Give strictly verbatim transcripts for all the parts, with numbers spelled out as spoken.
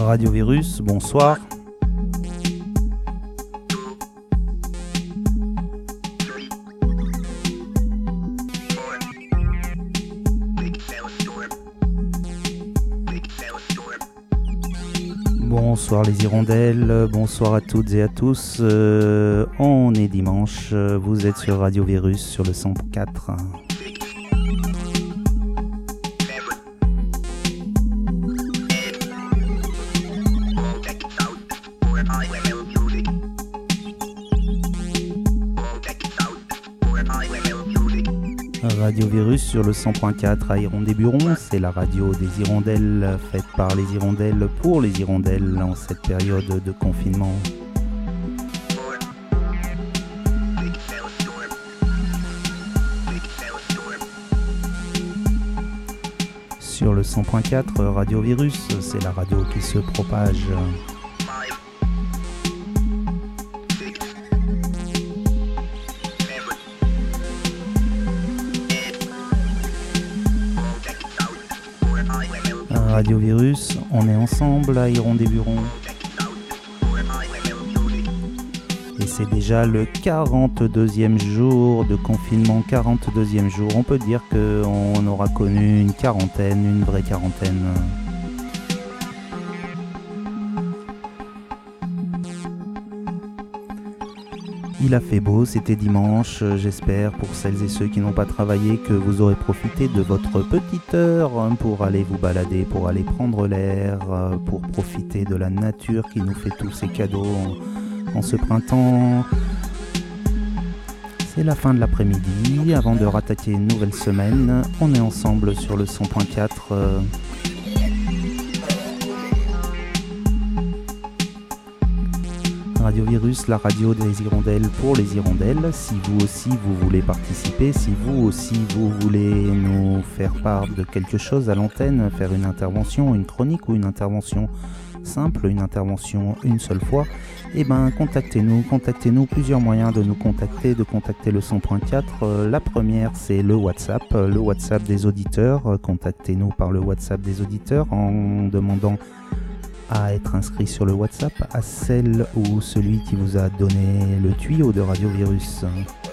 Radio Virus, bonsoir. Bonsoir les hirondelles, bonsoir à toutes et à tous. Euh, on est dimanche, vous êtes sur Radio Virus sur le cent quatre. Radio Virus sur le cent quatre à Hirondé-Buron, c'est la radio des hirondelles faite par les hirondelles pour les hirondelles en cette période de confinement. Sur le cent quatre, Radio Virus, c'est la radio qui se propage. Radio Virus, on est ensemble à Hirondé-Buron. Et c'est déjà le quarante-deuxième jour de confinement, quarante-deuxième jour. On peut dire qu'on aura connu une quarantaine, une vraie quarantaine. Il a fait beau, c'était dimanche, j'espère pour celles et ceux qui n'ont pas travaillé que vous aurez profité de votre petite heure pour aller vous balader, pour aller prendre l'air, pour profiter de la nature qui nous fait tous ces cadeaux en, en ce printemps. C'est la fin de l'après-midi, avant de rattaquer une nouvelle semaine, on est ensemble sur le cent quatre. Radio Virus, la radio des hirondelles pour les hirondelles. Si vous aussi vous voulez participer, si vous aussi vous voulez nous faire part de quelque chose à l'antenne, faire une intervention, une chronique ou une intervention simple, une intervention une seule fois, eh ben contactez-nous, contactez-nous, plusieurs moyens de nous contacter, de contacter le cent quatre. La première c'est le WhatsApp, le WhatsApp des auditeurs. Contactez-nous par le WhatsApp des auditeurs en demandant à être inscrit sur le WhatsApp à celle ou celui qui vous a donné le tuyau de Radio Virus.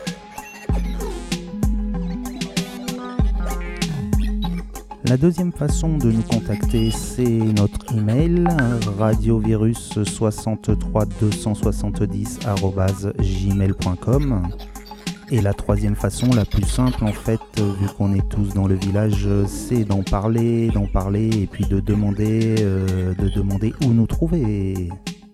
La deuxième façon de nous contacter, c'est notre email radiovirus soixante-trois deux cent soixante-dix arobase gmail point com. Et la troisième façon, la plus simple en fait, vu qu'on est tous dans le village, c'est d'en parler, d'en parler et puis de demander, euh, de demander où nous trouver.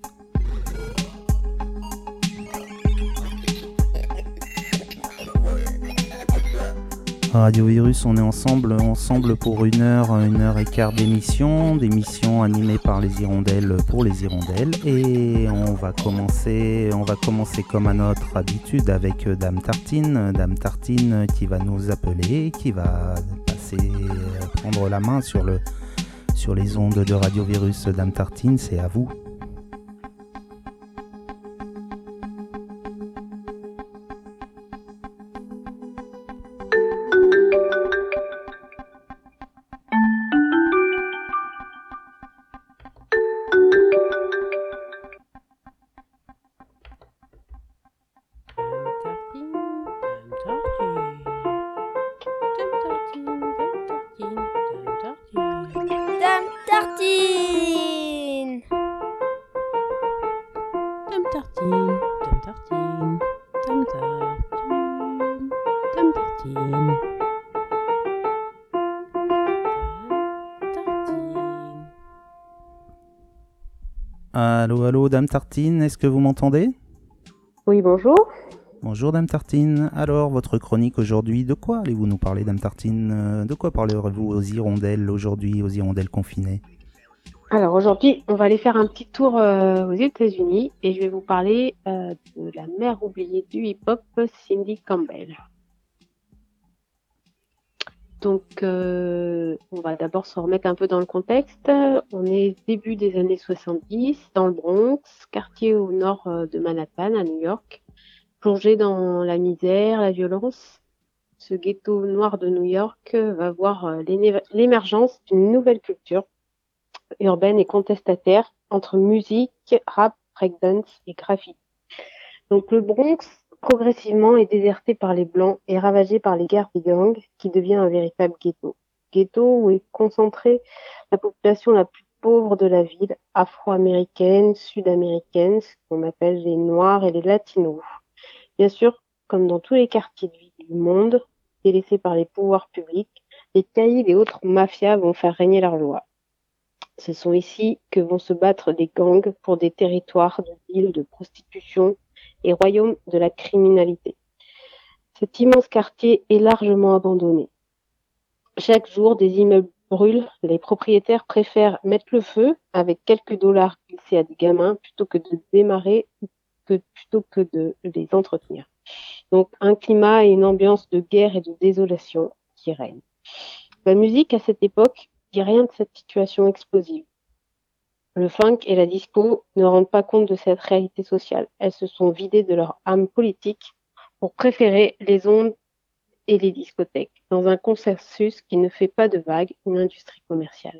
Radio Virus, on est ensemble, ensemble pour une heure, une heure et quart d'émission, d'émission animée par les hirondelles pour les hirondelles. Et on va commencer, on va commencer comme à notre habitude avec Dame Tartine, Dame Tartine qui va nous appeler, qui va passer, prendre la main sur le, sur les ondes de Radio Virus. Dame Tartine, c'est à vous. Allô, allô, Dame Tartine, est-ce que vous m'entendez ? Oui, bonjour. Bonjour, Dame Tartine. Alors, votre chronique aujourd'hui, de quoi allez-vous nous parler, Dame Tartine ? De quoi parlerez-vous aux hirondelles aujourd'hui, aux hirondelles confinées ? Alors, aujourd'hui, on va aller faire un petit tour euh, aux États-Unis et je vais vous parler euh, de la mère oubliée du hip-hop, Cindy Campbell. Donc, euh, on va d'abord se remettre un peu dans le contexte. On est début des années soixante-dix, dans le Bronx, quartier au nord de Manhattan, à New York, plongé dans la misère, la violence. Ce ghetto noir de New York va voir l'émergence d'une nouvelle culture, urbaine et contestataire entre musique, rap, breakdance et graffiti. Donc le Bronx, progressivement, est déserté par les Blancs et ravagé par les guerres des gangs, qui devient un véritable ghetto. Ghetto où est concentrée la population la plus pauvre de la ville, afro-américaine, sud-américaine, ce qu'on appelle les Noirs et les Latinos. Bien sûr, comme dans tous les quartiers de vie du monde, délaissés par les pouvoirs publics, les caïds et autres mafias vont faire régner leurs lois. Ce sont ici que vont se battre des gangs pour des territoires de villes de prostitution et royaumes de la criminalité. Cet immense quartier est largement abandonné. Chaque jour, des immeubles brûlent. Les propriétaires préfèrent mettre le feu avec quelques dollars glissés à des gamins plutôt que de démarrer, que, plutôt que de les entretenir. Donc, un climat et une ambiance de guerre et de désolation qui règnent. La musique, à cette époque, dit rien de cette situation explosive. Le funk et la disco ne rendent pas compte de cette réalité sociale. Elles se sont vidées de leur âme politique pour préférer les ondes et les discothèques, dans un consensus qui ne fait pas de vagues une industrie commerciale.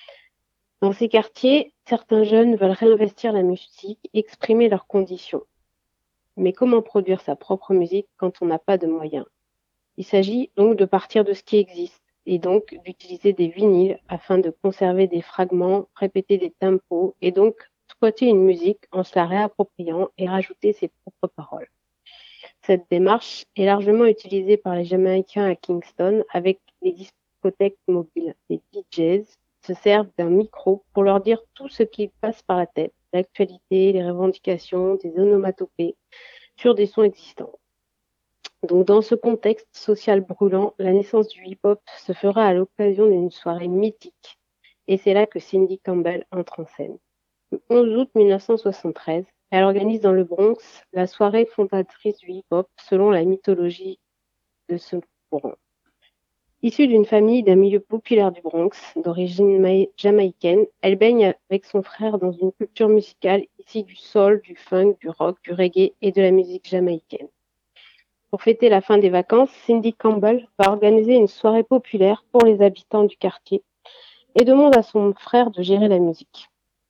Dans ces quartiers, certains jeunes veulent réinvestir la musique, exprimer leurs conditions. Mais comment produire sa propre musique quand on n'a pas de moyens? Il s'agit donc de partir de ce qui existe et donc d'utiliser des vinyles afin de conserver des fragments, répéter des tempos et donc squatter une musique en se la réappropriant et rajouter ses propres paroles. Cette démarche est largement utilisée par les Jamaïcains à Kingston avec les discothèques mobiles. Les D Js se servent d'un micro pour leur dire tout ce qui passe par la tête, l'actualité, les revendications, des onomatopées sur des sons existants. Donc, dans ce contexte social brûlant, la naissance du hip-hop se fera à l'occasion d'une soirée mythique. Et c'est là que Cindy Campbell entre en scène. Le onze août mille neuf cent soixante-treize, elle organise dans le Bronx la soirée fondatrice du hip-hop selon la mythologie de ce courant. Issue d'une famille d'un milieu populaire du Bronx, d'origine jamaïcaine, elle baigne avec son frère dans une culture musicale issue du soul, du funk, du rock, du reggae et de la musique jamaïcaine. Pour fêter la fin des vacances, Cindy Campbell va organiser une soirée populaire pour les habitants du quartier et demande à son frère de gérer la musique.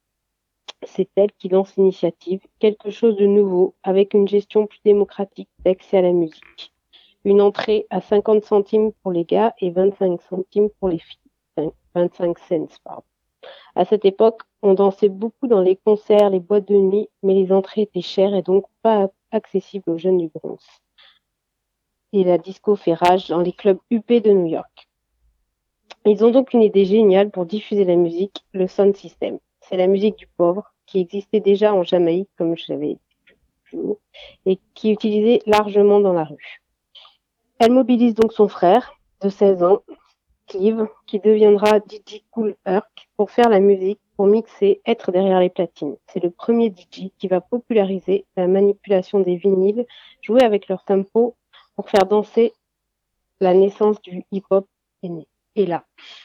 C'est elle qui lance l'initiative, quelque chose de nouveau, avec une gestion plus démocratique d'accès à la musique. Une entrée à cinquante centimes pour les gars et vingt-cinq centimes pour les filles. vingt-cinq cents, pardon. À cette époque, on dansait beaucoup dans les concerts, les boîtes de nuit, mais les entrées étaient chères et donc pas accessibles aux jeunes du Bronx. Et la disco fait rage dans les clubs huppés de New York. Ils ont donc une idée géniale pour diffuser la musique, le sound system. C'est la musique du pauvre, qui existait déjà en Jamaïque, comme je l'avais dit plus haut, et qui est utilisée largement dans la rue. Elle mobilise donc son frère, de seize ans, Clive, qui deviendra D J Kool Herc, pour faire la musique, pour mixer, être derrière les platines. C'est le premier D J qui va populariser la manipulation des vinyles, jouer avec leur tempo, pour faire danser. La naissance du hip-hop est née. Et là,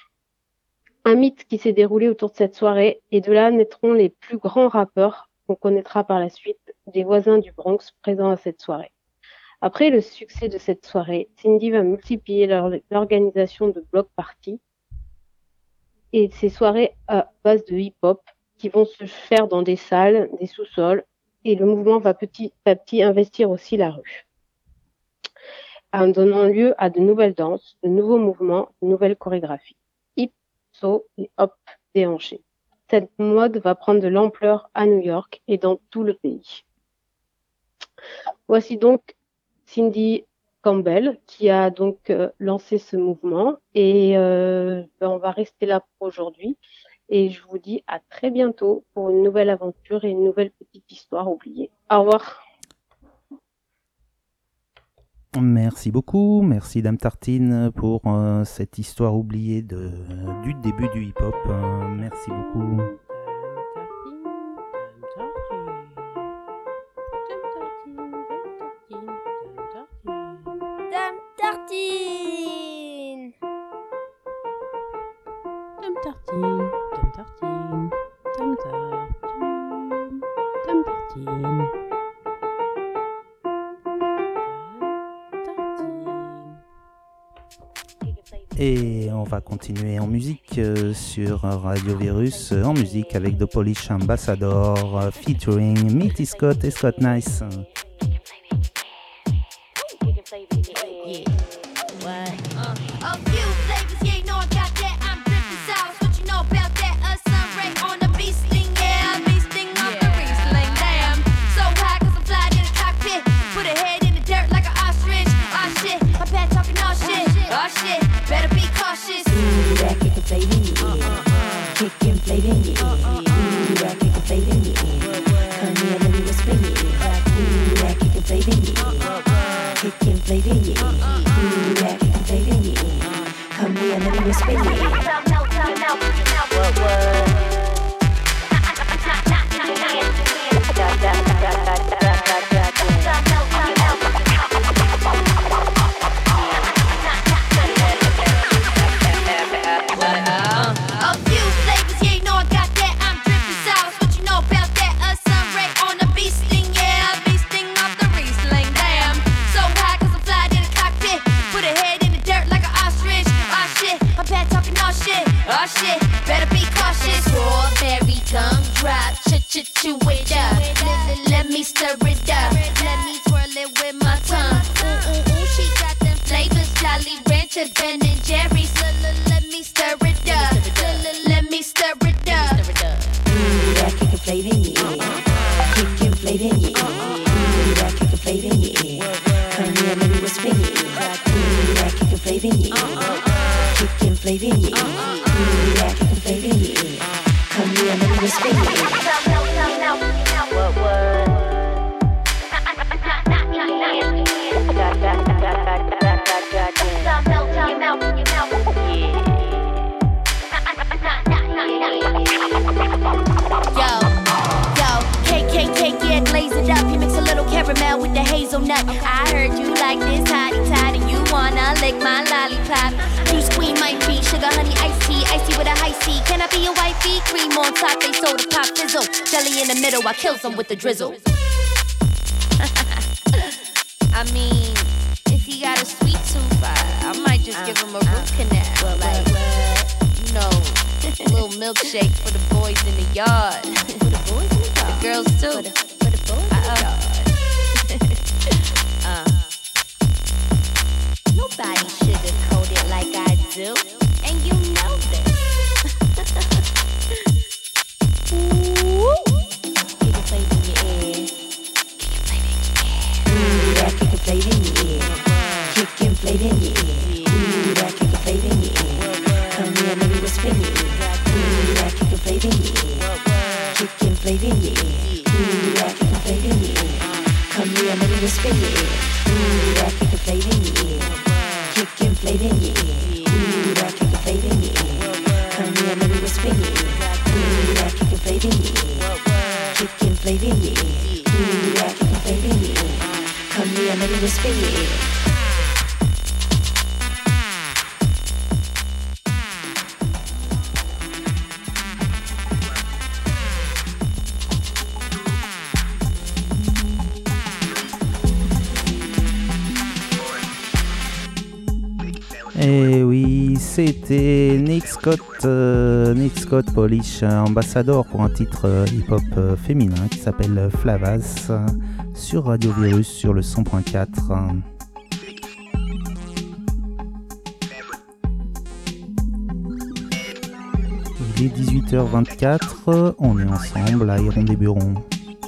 un mythe qui s'est déroulé autour de cette soirée, et de là naîtront les plus grands rappeurs qu'on connaîtra par la suite, des voisins du Bronx présents à cette soirée. Après le succès de cette soirée, Cindy va multiplier leur, l'organisation de block parties et ces soirées à base de hip-hop qui vont se faire dans des salles, des sous-sols, et le mouvement va petit à petit investir aussi la rue, en donnant lieu à de nouvelles danses, de nouveaux mouvements, de nouvelles chorégraphies. Hip, so et hop déhanché. Cette mode va prendre de l'ampleur à New York et dans tout le pays. Voici donc Cindy Campbell qui a donc euh, lancé ce mouvement et euh, ben, on va rester là pour aujourd'hui et je vous dis à très bientôt pour une nouvelle aventure et une nouvelle petite histoire oubliée. Au revoir. Merci beaucoup, merci Dame Tartine pour euh, cette histoire oubliée de, du début du hip-hop. Euh, merci beaucoup. Dame Tartine. Dame Tartine, Dame Tartine, Dame Tartine, Dame Tartine. Tartine. Et on va continuer en musique euh, sur Radio Virus, euh, en musique avec The Polish Ambassador euh, featuring Mitty Scott et Scott Nice. I kill them with the drizzle. I mean, if he got a sweet tooth, I, I might just uh, give him a root uh, canal. Well, like, you know, a little milkshake for the boys in the yard. For the boys in the yard. The girls too. For the, for the boys in the yard. uh, nobody sugarcoat it like I do. And you know this. Flavor in your ear, kickin' flavor in your ear. Ooh, that kickin' flavor in your ear. Come here, let me whisper in your ear. Ooh, that kickin' flavor in your ear, kickin' flavor in your ear. Ooh, that kickin' flavor in your ear. Come here, let me whisper in your ear. Ooh, that kickin' flavor in your ear, kickin' flavor in your ear. Ooh, that kickin' flavor in your ear. Come here, let me whisper in your ear. Ooh, that kickin' flavor in your ear, kickin' flavor in your ear. Ooh, that kickin' flavor in your ear. Come here, let me whisper in your ear. Et oui, c'était Nick Scott, euh, Nick Scott Polish Ambassador pour un titre euh, hip-hop euh, féminin qui s'appelle Flavas euh, sur Radio Virus sur le cent point quatre. Il est dix-huit heures vingt-quatre, on est ensemble à Iron des Burons.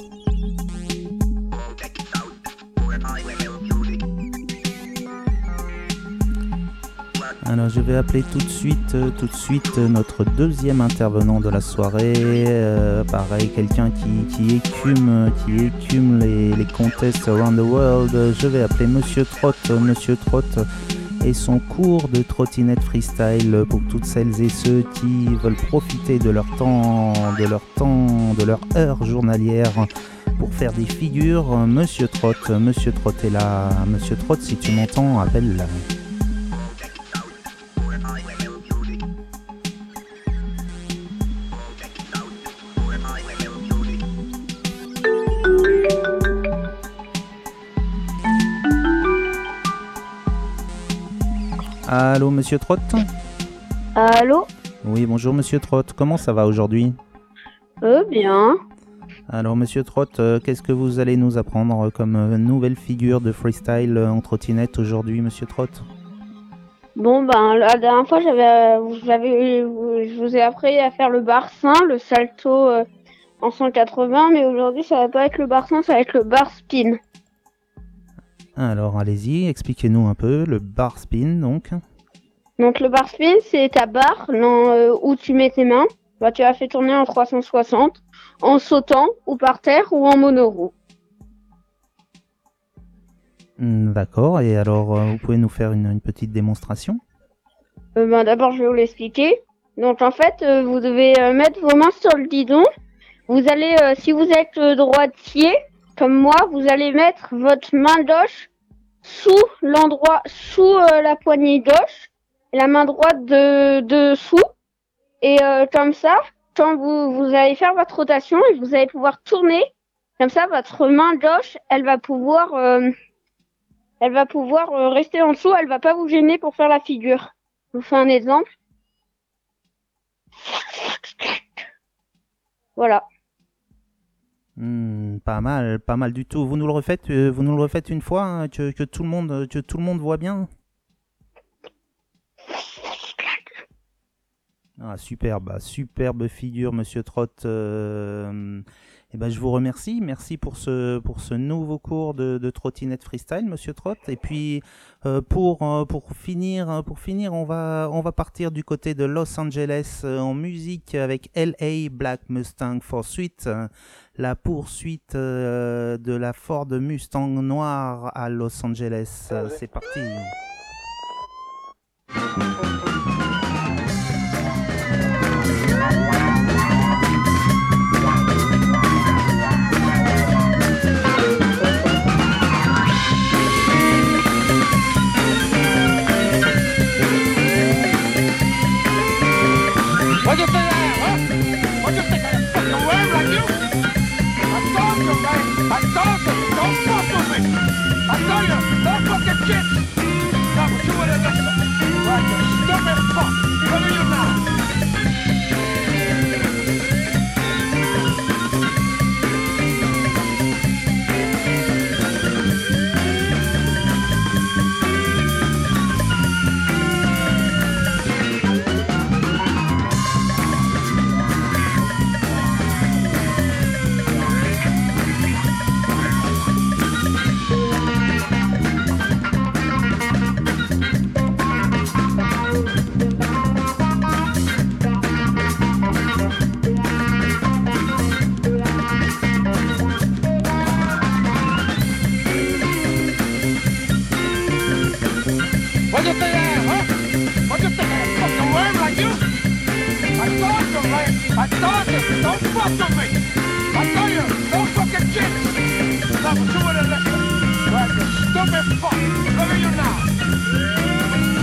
Alors je vais appeler tout de suite, euh, tout de suite euh, notre deuxième intervenant de la soirée. Euh, pareil, quelqu'un qui, qui écume, qui écume les, les contests around the world. Je vais appeler Monsieur Trott, Monsieur Trott et son cours de trottinette freestyle pour toutes celles et ceux qui veulent profiter de leur temps, de leur temps, de leur heure journalière pour faire des figures. Monsieur Trott, Monsieur Trott est là. Monsieur Trott, si tu m'entends, appelle-la. Allô, Monsieur Trott? Allô? Oui, bonjour, Monsieur Trott. Comment ça va aujourd'hui? Euh, bien. Alors, Monsieur Trott, euh, qu'est-ce que vous allez nous apprendre comme euh, nouvelle figure de freestyle euh, en trottinette aujourd'hui, Monsieur Trott? Bon, ben, la dernière fois, j'avais, euh, j'avais, je vous ai appris à faire le barcin, le salto euh, en cent quatre-vingts, mais aujourd'hui, ça va pas être le barcin, ça va être le bar spin. Alors, allez-y, expliquez-nous un peu le bar spin, donc. Donc, le bar spin, c'est ta barre dans, euh, où tu mets tes mains. Bah, tu la fais tourner en trois cent soixante, en sautant, ou par terre, ou en monoroue. Hmm, D'accord, et alors, euh, vous pouvez nous faire une, une petite démonstration? Euh, ben, d'abord, je vais vous l'expliquer. Donc, en fait, euh, vous devez euh, mettre vos mains sur le guidon. Vous allez, euh, si vous êtes euh, droitier, comme moi, vous allez mettre votre main gauche sous l'endroit, sous euh, la poignée gauche, et la main droite de dessous. Et euh, comme ça, quand vous, vous allez faire votre rotation, et vous allez pouvoir tourner. Comme ça, votre main gauche, elle va pouvoir, euh, elle va pouvoir euh, rester en dessous. Elle va pas vous gêner pour faire la figure. Je vous fais un exemple. Voilà. Hmm, pas mal, pas mal du tout. Vous nous le refaites, euh, vous nous le refaites une fois, hein, que, que tout le monde, que tout le monde voit bien. Ah, superbe, superbe figure, Monsieur Trott. Euh, eh ben, je vous remercie. Merci pour ce, pour ce nouveau cours de, de trottinette freestyle, Monsieur Trott. Et puis, euh, pour, euh, pour, finir, pour finir, on va, on va partir du côté de Los Angeles euh, en musique avec L A Black Mustang Pursuit. Euh, la poursuite euh, de la Ford Mustang noire à Los Angeles. Euh, c'est parti. What you think I am, huh? What you think I am, fucking worm like you? I told you, man. I told you, don't fuck with me. I told you, don't fucking shit. Now, but you would have listened. Right, you stupid fuck. Look at you now. What you think I am, huh? What you think I am, fucking worm like you? I told you, man. I told you, don't fuck with me. I told you, don't fucking shit. Now, but you would have listened. Right, you stupid fuck. Look at you now.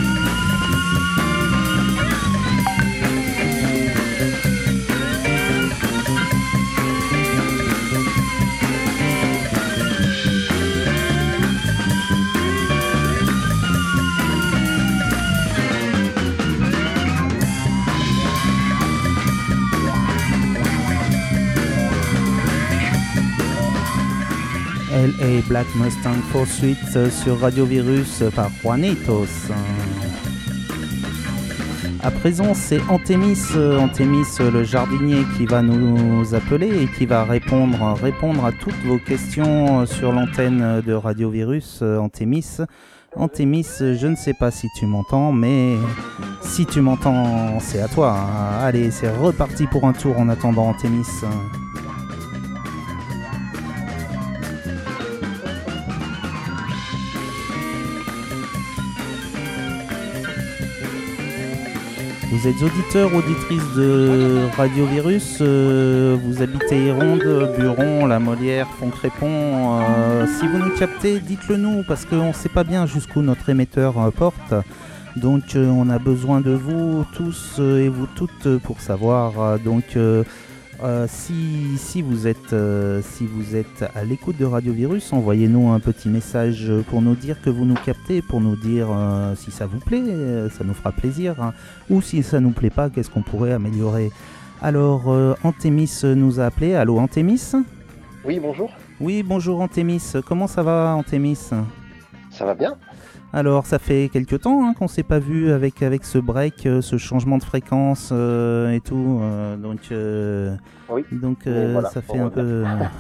L A Black Mustang Pursuit sur Radio Virus par Juanitos. À présent, c'est Antémis, Antémis le jardinier qui va nous appeler et qui va répondre, répondre à toutes vos questions sur l'antenne de Radio Virus. Antémis, Antémis, je ne sais pas si tu m'entends, mais si tu m'entends, c'est à toi. Allez, c'est reparti pour un tour en attendant Antémis. Vous êtes auditeur, auditrice de Radio Virus, euh, vous habitez Ronde, Buron, La Molière, Foncrépont. Euh, si vous nous captez, dites-le nous, parce qu'on ne sait pas bien jusqu'où notre émetteur euh, porte. Donc euh, on a besoin de vous tous euh, et vous toutes pour savoir. Euh, donc euh, Euh, si, si, vous êtes, euh, si vous êtes à l'écoute de Radio Virus, envoyez-nous un petit message pour nous dire que vous nous captez, pour nous dire euh, si ça vous plaît, euh, ça nous fera plaisir, hein. Ou si ça nous plaît pas, qu'est-ce qu'on pourrait améliorer. Alors, euh, Antémis nous a appelé. Allô, Antémis ? Oui, bonjour. Oui, bonjour Antémis. Comment ça va, Antémis ? Ça va bien ? Alors, ça fait quelques temps hein, qu'on ne s'est pas vu avec, avec ce break, euh, ce changement de fréquence euh, et tout. Euh, donc, euh, oui. donc euh, voilà, ça fait bon, un peu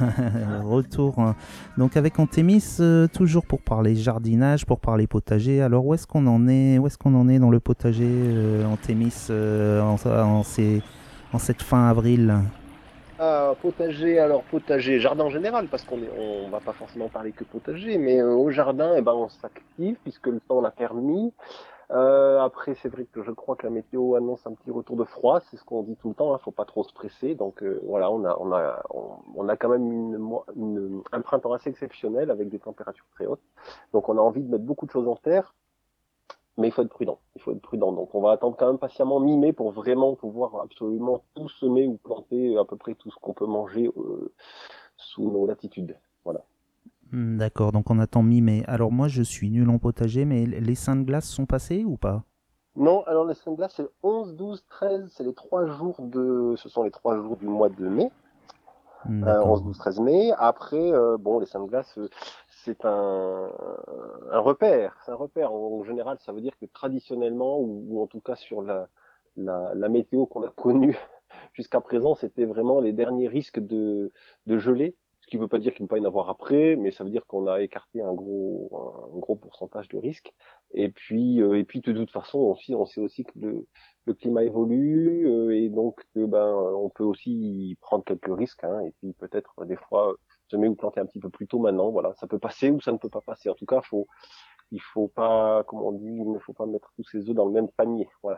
retour. Hein. Donc, avec Antémis, euh, toujours pour parler jardinage, pour parler potager. Alors, où est-ce qu'on en est Où est-ce qu'on en est dans le potager, euh, Antémis, euh, en, en, ces, en cette fin avril ? Ah, potager, alors potager, jardin en général, parce qu'on est, on va pas forcément parler que potager, mais euh, au jardin, eh ben, on s'active puisque le temps l'a permis. Euh, après, c'est vrai que je crois que la météo annonce un petit retour de froid, c'est ce qu'on dit tout le temps, hein, faut pas trop se presser. Donc euh, voilà, on a, on a, on, on a quand même une, une, un printemps assez exceptionnel avec des températures très hautes. Donc on a envie de mettre beaucoup de choses en terre. Mais il faut être prudent, il faut être prudent. Donc on va attendre quand même patiemment mi-mai pour vraiment pouvoir absolument tout semer ou planter à peu près tout ce qu'on peut manger euh, sous nos latitudes. Voilà. D'accord, donc on attend mi-mai. Alors moi je suis nul en potager, mais les seins de glace sont passés ou pas ? Non, alors les seins de glace c'est onze, douze, treize, c'est les trois jours de, ce sont les trois jours du mois de mai. Euh, onze, douze, treize mai. Après, euh, bon, les seins de glace, euh, c'est un, un repère. C'est un repère. En, en général, ça veut dire que traditionnellement, ou, ou en tout cas sur la, la, la météo qu'on a connue jusqu'à présent, c'était vraiment les derniers risques de, de gelée. Ce qui ne veut pas dire qu'il ne peut pas y en avoir après, mais ça veut dire qu'on a écarté un gros, un gros pourcentage de risques. Et puis, euh, et puis de toute façon, aussi, on sait aussi que le, le climat évolue euh, et donc euh, ben, on peut aussi prendre quelques risques. Hein, et puis peut-être des fois semer ou planter un petit peu plus tôt maintenant. Voilà, ça peut passer ou ça ne peut pas passer. En tout cas, faut, il faut pas, comme on dit, il ne faut pas mettre tous ses œufs dans le même panier. Voilà.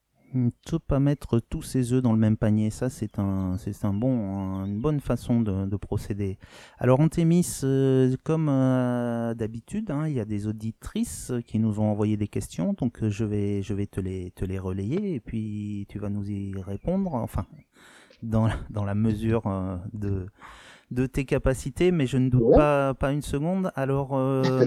Ne pas mettre tous ses œufs dans le même panier, ça c'est un, c'est un bon, une bonne façon de, de procéder. Alors Antémis, euh, comme euh, d'habitude, hein, il y a des auditrices qui nous ont envoyé des questions, donc euh, je vais, je vais te les, te les relayer et puis tu vas nous y répondre, enfin dans, dans la mesure euh, de de tes capacités, mais je ne doute ouais. pas, pas une seconde. Alors, euh,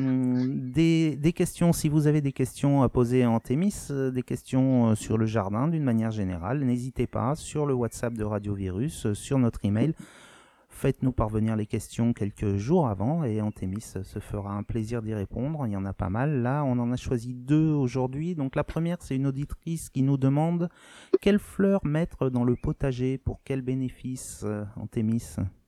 des, des questions, si vous avez des questions à poser à Antémis, euh, des questions sur le jardin d'une manière générale, n'hésitez pas, sur le WhatsApp de Radio Virus, euh, sur notre email, faites-nous parvenir les questions quelques jours avant et Antémis se fera un plaisir d'y répondre. Il y en a pas mal. Là, on en a choisi deux aujourd'hui. Donc la première, c'est une auditrice qui nous demande quelles fleurs mettre dans le potager, pour quel bénéfice, euh, Antémis ?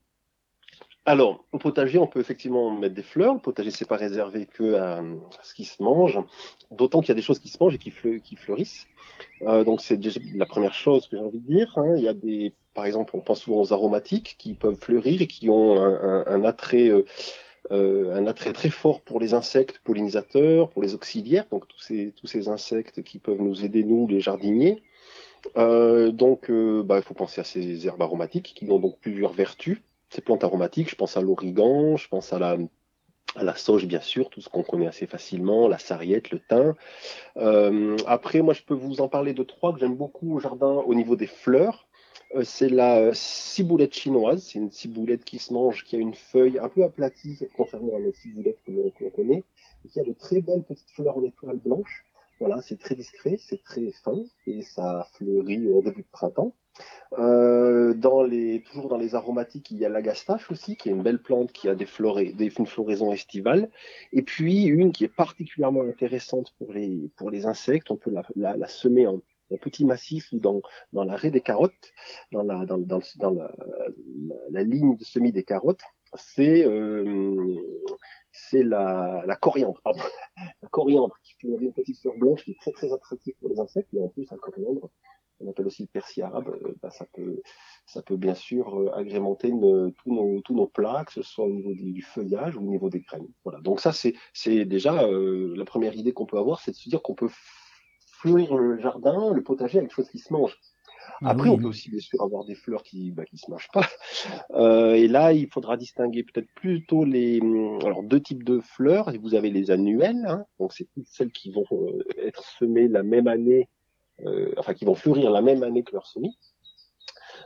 Alors, au potager, on peut effectivement mettre des fleurs. Le potager, c'est pas réservé que à, à ce qui se mange, d'autant qu'il y a des choses qui se mangent et qui, fleu, qui fleurissent. Euh, donc, c'est déjà la première chose que j'ai envie de dire. Hein. Il y a des, par exemple, on pense souvent aux aromatiques qui peuvent fleurir et qui ont un, un, un attrait, euh, euh, un attrait très fort pour les insectes pollinisateurs, pour les auxiliaires. Donc, tous ces, tous ces insectes qui peuvent nous aider, nous, les jardiniers. Euh, donc, euh, bah, il faut penser à ces herbes aromatiques qui ont donc plusieurs vertus. Ces plantes aromatiques, je pense à l'origan, je pense à la, à la sauge, bien sûr, tout ce qu'on connaît assez facilement, la sarriette, le thym. Euh, après, moi, je peux vous en parler de trois que j'aime beaucoup au jardin au niveau des fleurs. Euh, c'est la ciboulette chinoise, c'est une ciboulette qui se mange, qui a une feuille un peu aplatie, contrairement à la ciboulette que l'on, que l'on connaît, et qui a de très belles petites fleurs en étoiles blanches. Voilà, c'est très discret, c'est très fin, et ça fleurit au début de printemps. Euh, dans les, toujours dans les aromatiques, il y a l'agastache aussi, qui est une belle plante qui a des florets, des, une floraison estivale. Et puis une qui est particulièrement intéressante pour les, pour les insectes, on peut la, la, la semer en, en petits massifs ou dans, dans la raie des carottes, dans la, dans, dans, dans la, la, la ligne de semis des carottes. C'est, euh, c'est la, la coriandre, pardon. La coriandre qui fleurit une petite fleur blanche qui est très très attractive pour les insectes, et en plus la coriandre, on appelle aussi le persil arabe, euh, bah, ça peut, ça peut bien sûr euh, agrémenter une, tous, nos, tous nos plats, que ce soit au niveau du, du feuillage ou au niveau des graines. Voilà. Donc ça, c'est, c'est déjà euh, la première idée qu'on peut avoir, c'est de se dire qu'on peut fleurir le jardin, le potager avec des choses qui se mangent. Après, oui. On peut aussi bien sûr avoir des fleurs qui bah, qui se mangent pas. Euh, et là, il faudra distinguer peut-être plutôt les, alors deux types de fleurs. Vous avez les annuelles, hein, donc c'est toutes celles qui vont euh, être semées la même année. Euh, enfin qui vont fleurir la même année que leur semis.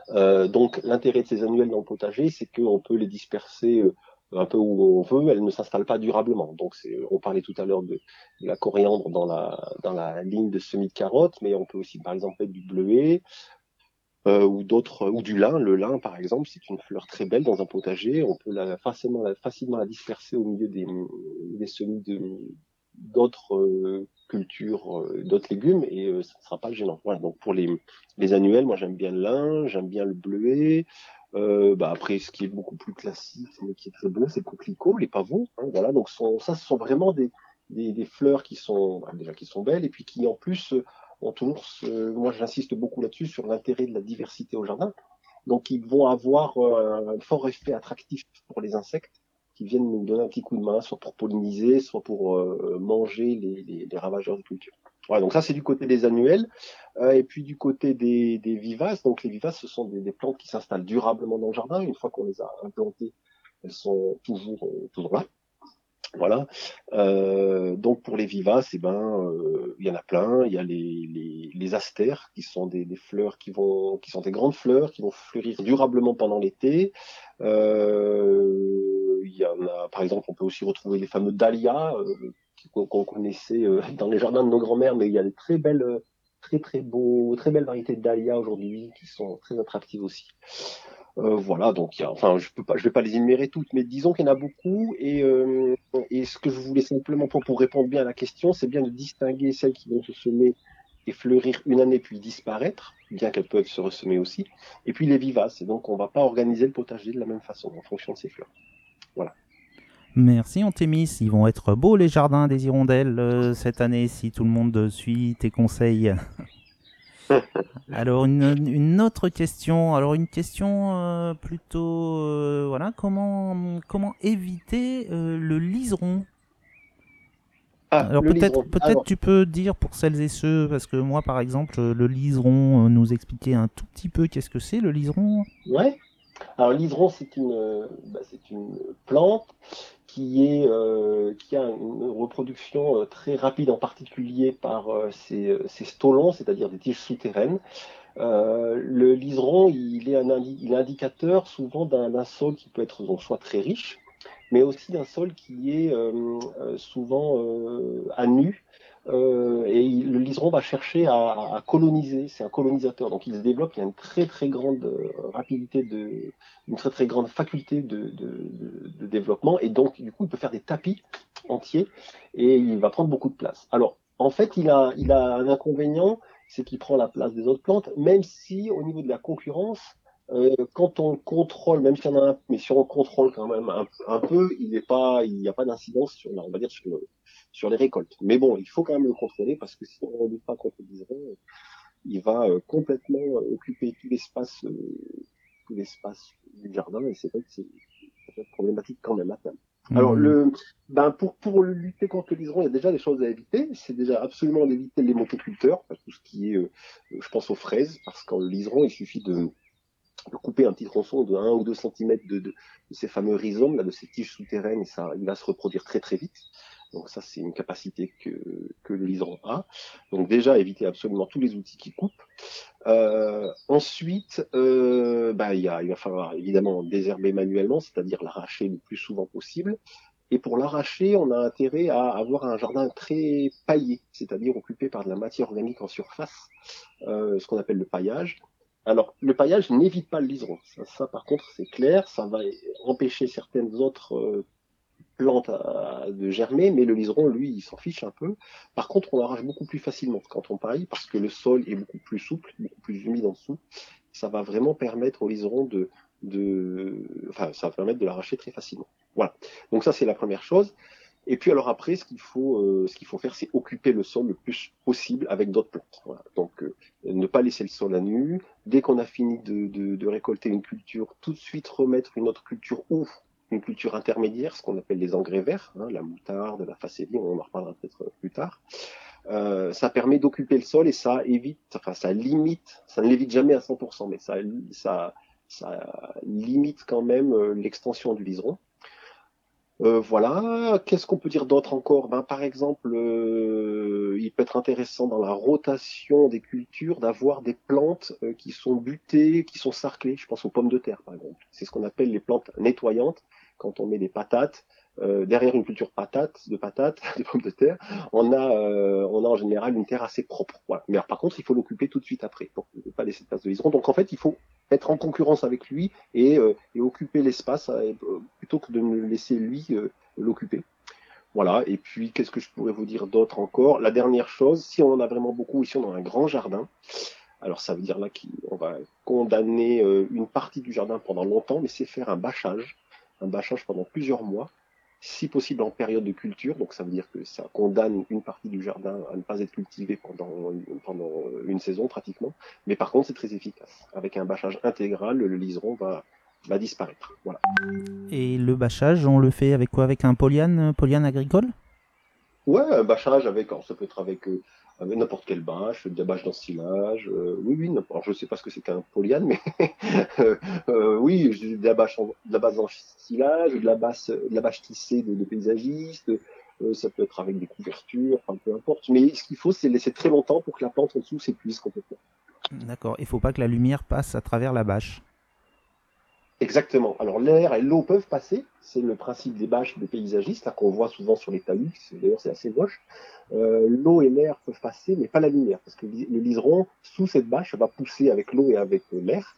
Euh, donc l'intérêt de ces annuelles dans le potager, c'est qu'on peut les disperser euh, un peu où on veut, elles ne s'installent pas durablement. Donc c'est, on parlait tout à l'heure de, de la coriandre dans la, dans la ligne de semis de carottes, mais on peut aussi par exemple mettre du bleuet, euh, ou d'autres, ou du lin. Le lin, par exemple, c'est une fleur très belle dans un potager. On peut la, facilement, la, facilement la disperser au milieu des, des semis de, d'autres euh, cultures, euh, d'autres légumes, et euh, ça ne sera pas gênant. Voilà. Donc pour les, les annuelles, moi j'aime bien le lin, j'aime bien le bleuet. Euh, bah après, ce qui est beaucoup plus classique, mais qui est très beau, c'est le coquelicot, les pavots. Hein, voilà. Donc sont, ça, ce sont vraiment des, des, des fleurs qui sont bah, déjà qui sont belles, et puis qui en plus euh, ont toujours, ce, moi j'insiste beaucoup là-dessus sur l'intérêt de la diversité au jardin. Donc ils vont avoir euh, un fort effet attractif pour les insectes qui viennent nous donner un petit coup de main, soit pour polliniser, soit pour euh, manger les, les, les ravageurs de culture. Voilà, donc ça c'est du côté des annuelles. Euh, et puis du côté des, des vivaces, donc les vivaces ce sont des, des plantes qui s'installent durablement dans le jardin. Une fois qu'on les a implantées, elles sont toujours, euh, toujours là. Voilà. Euh, donc pour les vivaces, eh ben, euh, il y en a plein. Il y a les, les, les astères qui sont des, des fleurs qui vont, qui sont des grandes fleurs qui vont fleurir durablement pendant l'été. Euh, il y en a, par exemple, on peut aussi retrouver les fameux dahlias euh, qu'on, qu'on connaissait euh, dans les jardins de nos grands-mères, mais il y a des très belles, très très beaux, très belles variétés de dahlias aujourd'hui qui sont très attractives aussi. Euh, voilà, donc il y a, enfin, je peux pas, je vais pas les énumérer toutes, mais disons qu'il y en a beaucoup. Et, euh, et ce que je voulais simplement pour, pour répondre bien à la question, c'est bien de distinguer celles qui vont se semer et fleurir une année puis disparaître, bien qu'elles peuvent se ressemer aussi, et puis les vivaces. Et donc on va pas organiser le potager de la même façon en fonction de ces fleurs. Voilà. Merci Antémis, ils vont être beaux les jardins des hirondelles euh, cette année si tout le monde suit tes conseils. Alors une, une autre question, alors une question euh, plutôt euh, voilà, comment comment éviter euh, le liseron? Ah, Alors le peut-être liseron. peut-être Alors, tu peux dire pour celles et ceux, parce que moi par exemple le liseron, euh, nous expliquer un tout petit peu qu'est-ce que c'est le liseron? ouais. Alors, l'hydron, c'est une, euh, bah, c'est une plante qui est, euh, qui a une reproduction euh, très rapide, en particulier par euh, ses, euh, ses stolons, c'est-à-dire des tiges souterraines. Euh, le liseron, il est un indi- il est indicateur souvent d'un d'un sol qui peut être donc soit très riche, mais aussi d'un sol qui est euh, euh, souvent euh, à nu. Euh, et il- le liseron va chercher à, à coloniser, c'est un colonisateur. Donc il se développe, il y a une très très grande euh, rapidité, de, une très très grande faculté de, de, de, de développement. Et donc du coup, il peut faire des tapis entiers et il va prendre beaucoup de place. Alors en fait, il a, il a un inconvénient, c'est qu'il prend la place des autres plantes, même si au niveau de la concurrence, euh, quand on contrôle, même s'il y en a un, mais si on contrôle quand même un, un peu, il n'est pas, il n'y a pas d'incidence sur, on va dire, sur, le- sur les récoltes. Mais bon, il faut quand même le contrôler parce que si on ne lutte pas contre le liseron, il va euh, complètement euh, occuper tout l'espace, euh, tout l'espace du jardin et c'est vrai que c'est ça peut être problématique quand même à terme. Alors, Hmm. le, ben pour, pour lutter contre le liseron, il y a déjà des choses à éviter. C'est déjà absolument d'éviter les motoculteurs, enfin, tout ce qui est, euh, je pense aux fraises, parce qu'en liseron, il suffit de, de couper un petit tronçon de un ou deux centimètres de, de, de ces fameux rhizomes, là, de ces tiges souterraines, et ça, il va se reproduire très très vite. Donc ça, c'est une capacité que, que le liseron a. Donc déjà, éviter absolument tous les outils qui coupent. Euh, ensuite, euh, bah, il, y a, il va falloir évidemment désherber manuellement, c'est-à-dire l'arracher le plus souvent possible. Et pour l'arracher, on a intérêt à avoir un jardin très paillé, c'est-à-dire occupé par de la matière organique en surface, euh, ce qu'on appelle le paillage. Alors, le paillage n'évite pas le liseron. Ça, ça, par contre, c'est clair, ça va empêcher certaines autres euh, plantes à, à, de germer, mais le liseron, lui, il s'en fiche un peu. Par contre, on l'arrache beaucoup plus facilement quand on paille, parce que le sol est beaucoup plus souple, beaucoup plus humide en dessous. Ça va vraiment permettre au liseron de, de, enfin, ça va permettre de l'arracher très facilement. Voilà. Donc ça, c'est la première chose. Et puis alors après, ce qu'il faut, euh, ce qu'il faut faire, c'est occuper le sol le plus possible avec d'autres plantes. Voilà. Donc euh, ne pas laisser le sol à nu. Dès qu'on a fini de, de, de récolter une culture, tout de suite remettre une autre culture ou une culture intermédiaire, ce qu'on appelle les engrais verts, hein, la moutarde, la facélie, on en reparlera peut-être plus tard. Euh, ça permet d'occuper le sol et ça évite, enfin ça limite, ça ne l'évite jamais à cent pour cent, mais ça, ça, ça limite quand même l'extension du liseron. Euh, voilà. Qu'est-ce qu'on peut dire d'autre encore? Ben, par exemple, euh, il peut être intéressant dans la rotation des cultures d'avoir des plantes euh, qui sont butées, qui sont sarclées. Je pense aux pommes de terre, par exemple. C'est ce qu'on appelle les plantes nettoyantes. Quand on met des patates, euh, derrière une culture patate, de patates, de pommes de terre, on a, euh, on a en général une terre assez propre. Voilà. Mais alors, par contre, il faut l'occuper tout de suite après pour ne pas laisser de place de liseron. Donc en fait, il faut être en concurrence avec lui et, euh, et occuper l'espace euh, plutôt que de me laisser lui euh, l'occuper. Voilà. Et puis, qu'est-ce que je pourrais vous dire d'autre encore? La dernière chose, si on en a vraiment beaucoup, ici on a un grand jardin. Alors ça veut dire là qu'on va condamner euh, une partie du jardin pendant longtemps, mais c'est faire un bâchage, un bâchage pendant plusieurs mois, si possible en période de culture. Donc ça veut dire que ça condamne une partie du jardin à ne pas être cultivé pendant pendant une saison pratiquement. Mais par contre c'est très efficace. Avec un bâchage intégral, le liseron va va disparaître. Voilà. Et le bâchage, on le fait avec quoi? Avec un polyane, polyane agricole? Ouais, un bâchage avec, alors ça peut être avec, euh, avec n'importe quelle bâche, de la bâche d'ensilage, euh, oui, oui, alors je sais pas ce que c'est qu'un polyane, mais euh, euh, oui, de la bâche, de la bâche d'ensilage, de la bâche, de la bâche tissée de, de paysagistes, euh, ça peut être avec des couvertures, enfin peu importe. Mais ce qu'il faut, c'est laisser très longtemps pour que la plante en dessous s'épuise complètement. D'accord, il faut pas que la lumière passe à travers la bâche. Exactement. Alors l'air et l'eau peuvent passer, c'est le principe des bâches des paysagistes, là qu'on voit souvent sur les talus, d'ailleurs c'est assez moche. Euh, l'eau et l'air peuvent passer, mais pas la lumière, parce que le liseron, sous cette bâche, va pousser avec l'eau et avec l'air.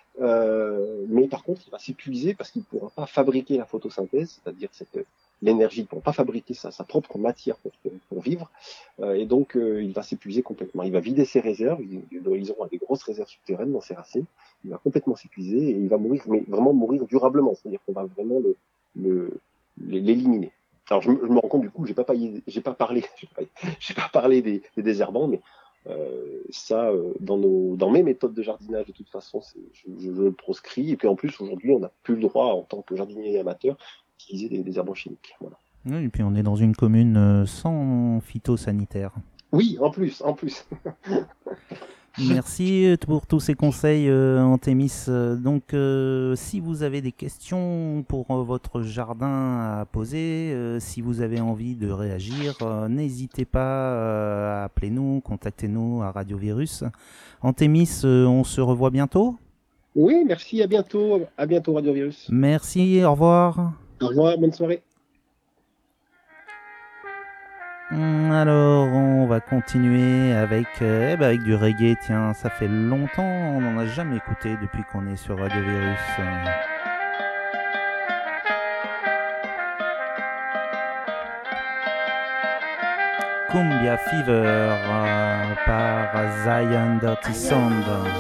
Euh, mais par contre, il va s'épuiser parce qu'il ne pourra pas fabriquer la photosynthèse, c'est-à-dire cette, l'énergie, il ne pourra pas fabriquer sa, sa propre matière pour, pour vivre, euh, et donc euh, il va s'épuiser complètement. Il va vider ses réserves, il, le liseron a des grosses réserves souterraines dans ses racines, il va complètement s'épuiser et il va mourir, mais vraiment mourir durablement, c'est-à-dire qu'on va vraiment le, le, l'éliminer. Alors je me, je me rends compte du coup, j'ai pas, paillé, j'ai pas parlé, j'ai pas, j'ai pas parlé des, des désherbants, mais Euh, ça, euh, dans, nos, dans mes méthodes de jardinage, de toute façon, c'est, je, je, je le proscris. Et puis en plus, aujourd'hui, on n'a plus le droit, en tant que jardinier amateur, d'utiliser des, des herbants chimiques. Voilà. Oui, et puis on est dans une commune sans phytosanitaire. Oui, en plus, en plus. Merci pour tous ces conseils, euh, Antémis. Donc, euh, si vous avez des questions pour euh, votre jardin à poser, euh, si vous avez envie de réagir, euh, n'hésitez pas euh, à appeler nous, contactez-nous à Radio Virus. Antémis, euh, on se revoit bientôt? Oui, merci, à bientôt. À bientôt, Radio Virus. Merci, au revoir. Au revoir, bonne soirée. Alors, on va continuer avec, euh, eh ben avec du reggae. Tiens, ça fait longtemps, on n'en a jamais écouté depuis qu'on est sur Radio Virus. Cumbia Fever euh, par Zion Dirty Sound.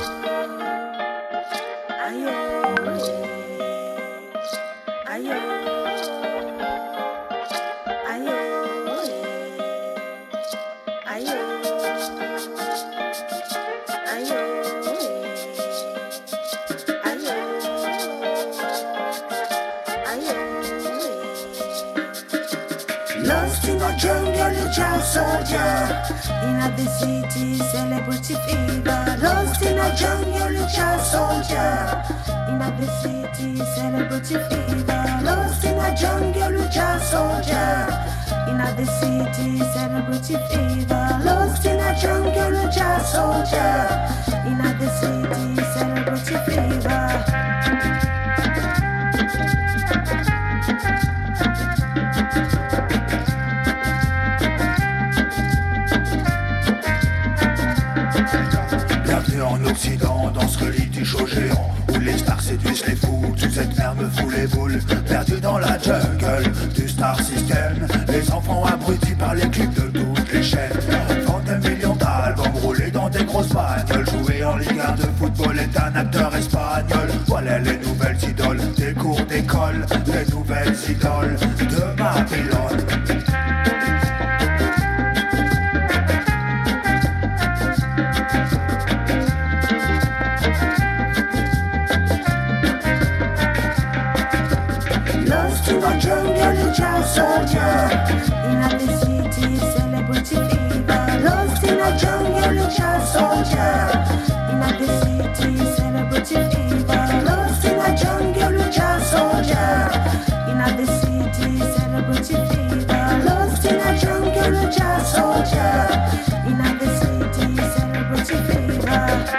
Soldier in a the city, celebrity fever. Lost in a jungle, child soldier in a the city, celebrity fever. Lost in a jungle, child soldier in a the city, celebrity fever. Lost in a jungle, child soldier in a the city, celebrity fever. En Occident, dans ce litige géant où les stars séduisent les fous, toute cette merde me fout les boules. Perdu dans la jungle du star system, les enfants abrutis par les clips de toutes les chaînes. Vendent des millions d'albums, roulés dans des grosses bagnoles. Jouer en Ligue un de football est un acteur espagnol. Voilà les nouvelles idoles, des cours d'école, les nouvelles idoles de Babylone. Soldier in a the city, celebrity fever. Lost in a jungle, child soldier in a the city, celebrity fever. Lost in a jungle, child soldier in a the city. jungle, just soldier. In the city, celebrity fever.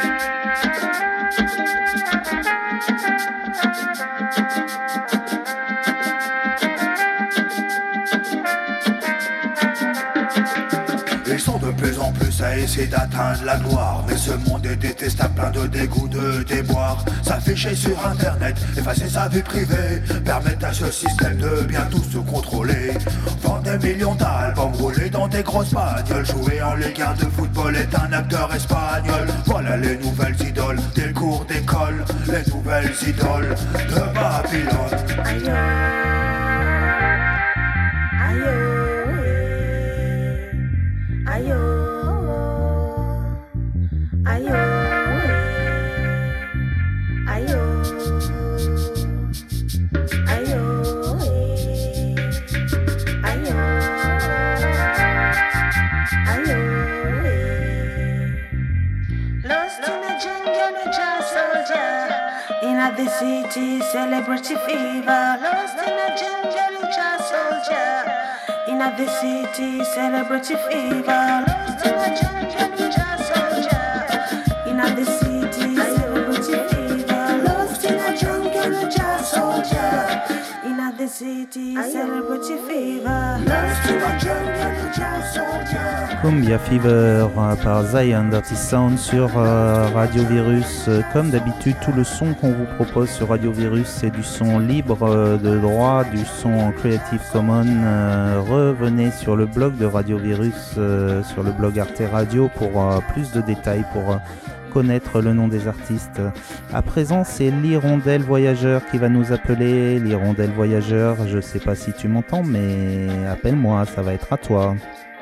Ils sont de plus en plus à essayer d'atteindre la gloire. Mais ce monde est détestable, plein de dégoût, de déboire. S'afficher sur internet, effacer sa vie privée, permettre à ce système de bien tous se contrôler. Vendre des millions d'albums, rouler dans des grosses bagnoles, jouer en Ligue un de football est un acteur espagnol. Voilà les nouvelles idoles des cours d'école, les nouvelles idoles de Babylone. Aïe, aïe, aïe, aïe, aïe, aïe, aïe, aïe. Lost in the jungle, a child soldier. In the city, celebrity fever. Lost in the jungle, a child soldier. In the city, celebrity fever. Lost in the jungle, a child soldier. In the city, celebrity fever. Lost in the jungle, a child soldier. In the city, celebrity fever. Lost in the jungle, a child soldier. Cumbia Fever par Zion Dirty Sound sur euh, Radio Virus. Comme d'habitude, tout le son qu'on vous propose sur Radio Virus, c'est du son libre euh, de droit, du son en Creative Commons. Euh, revenez sur le blog de Radio Virus, euh, sur le blog Arte Radio pour euh, plus de détails, pour euh, connaître le nom des artistes. À présent, c'est l'Hirondelle Voyageur qui va nous appeler. L'Hirondelle Voyageur, je sais pas si tu m'entends, mais appelle-moi, ça va être à toi.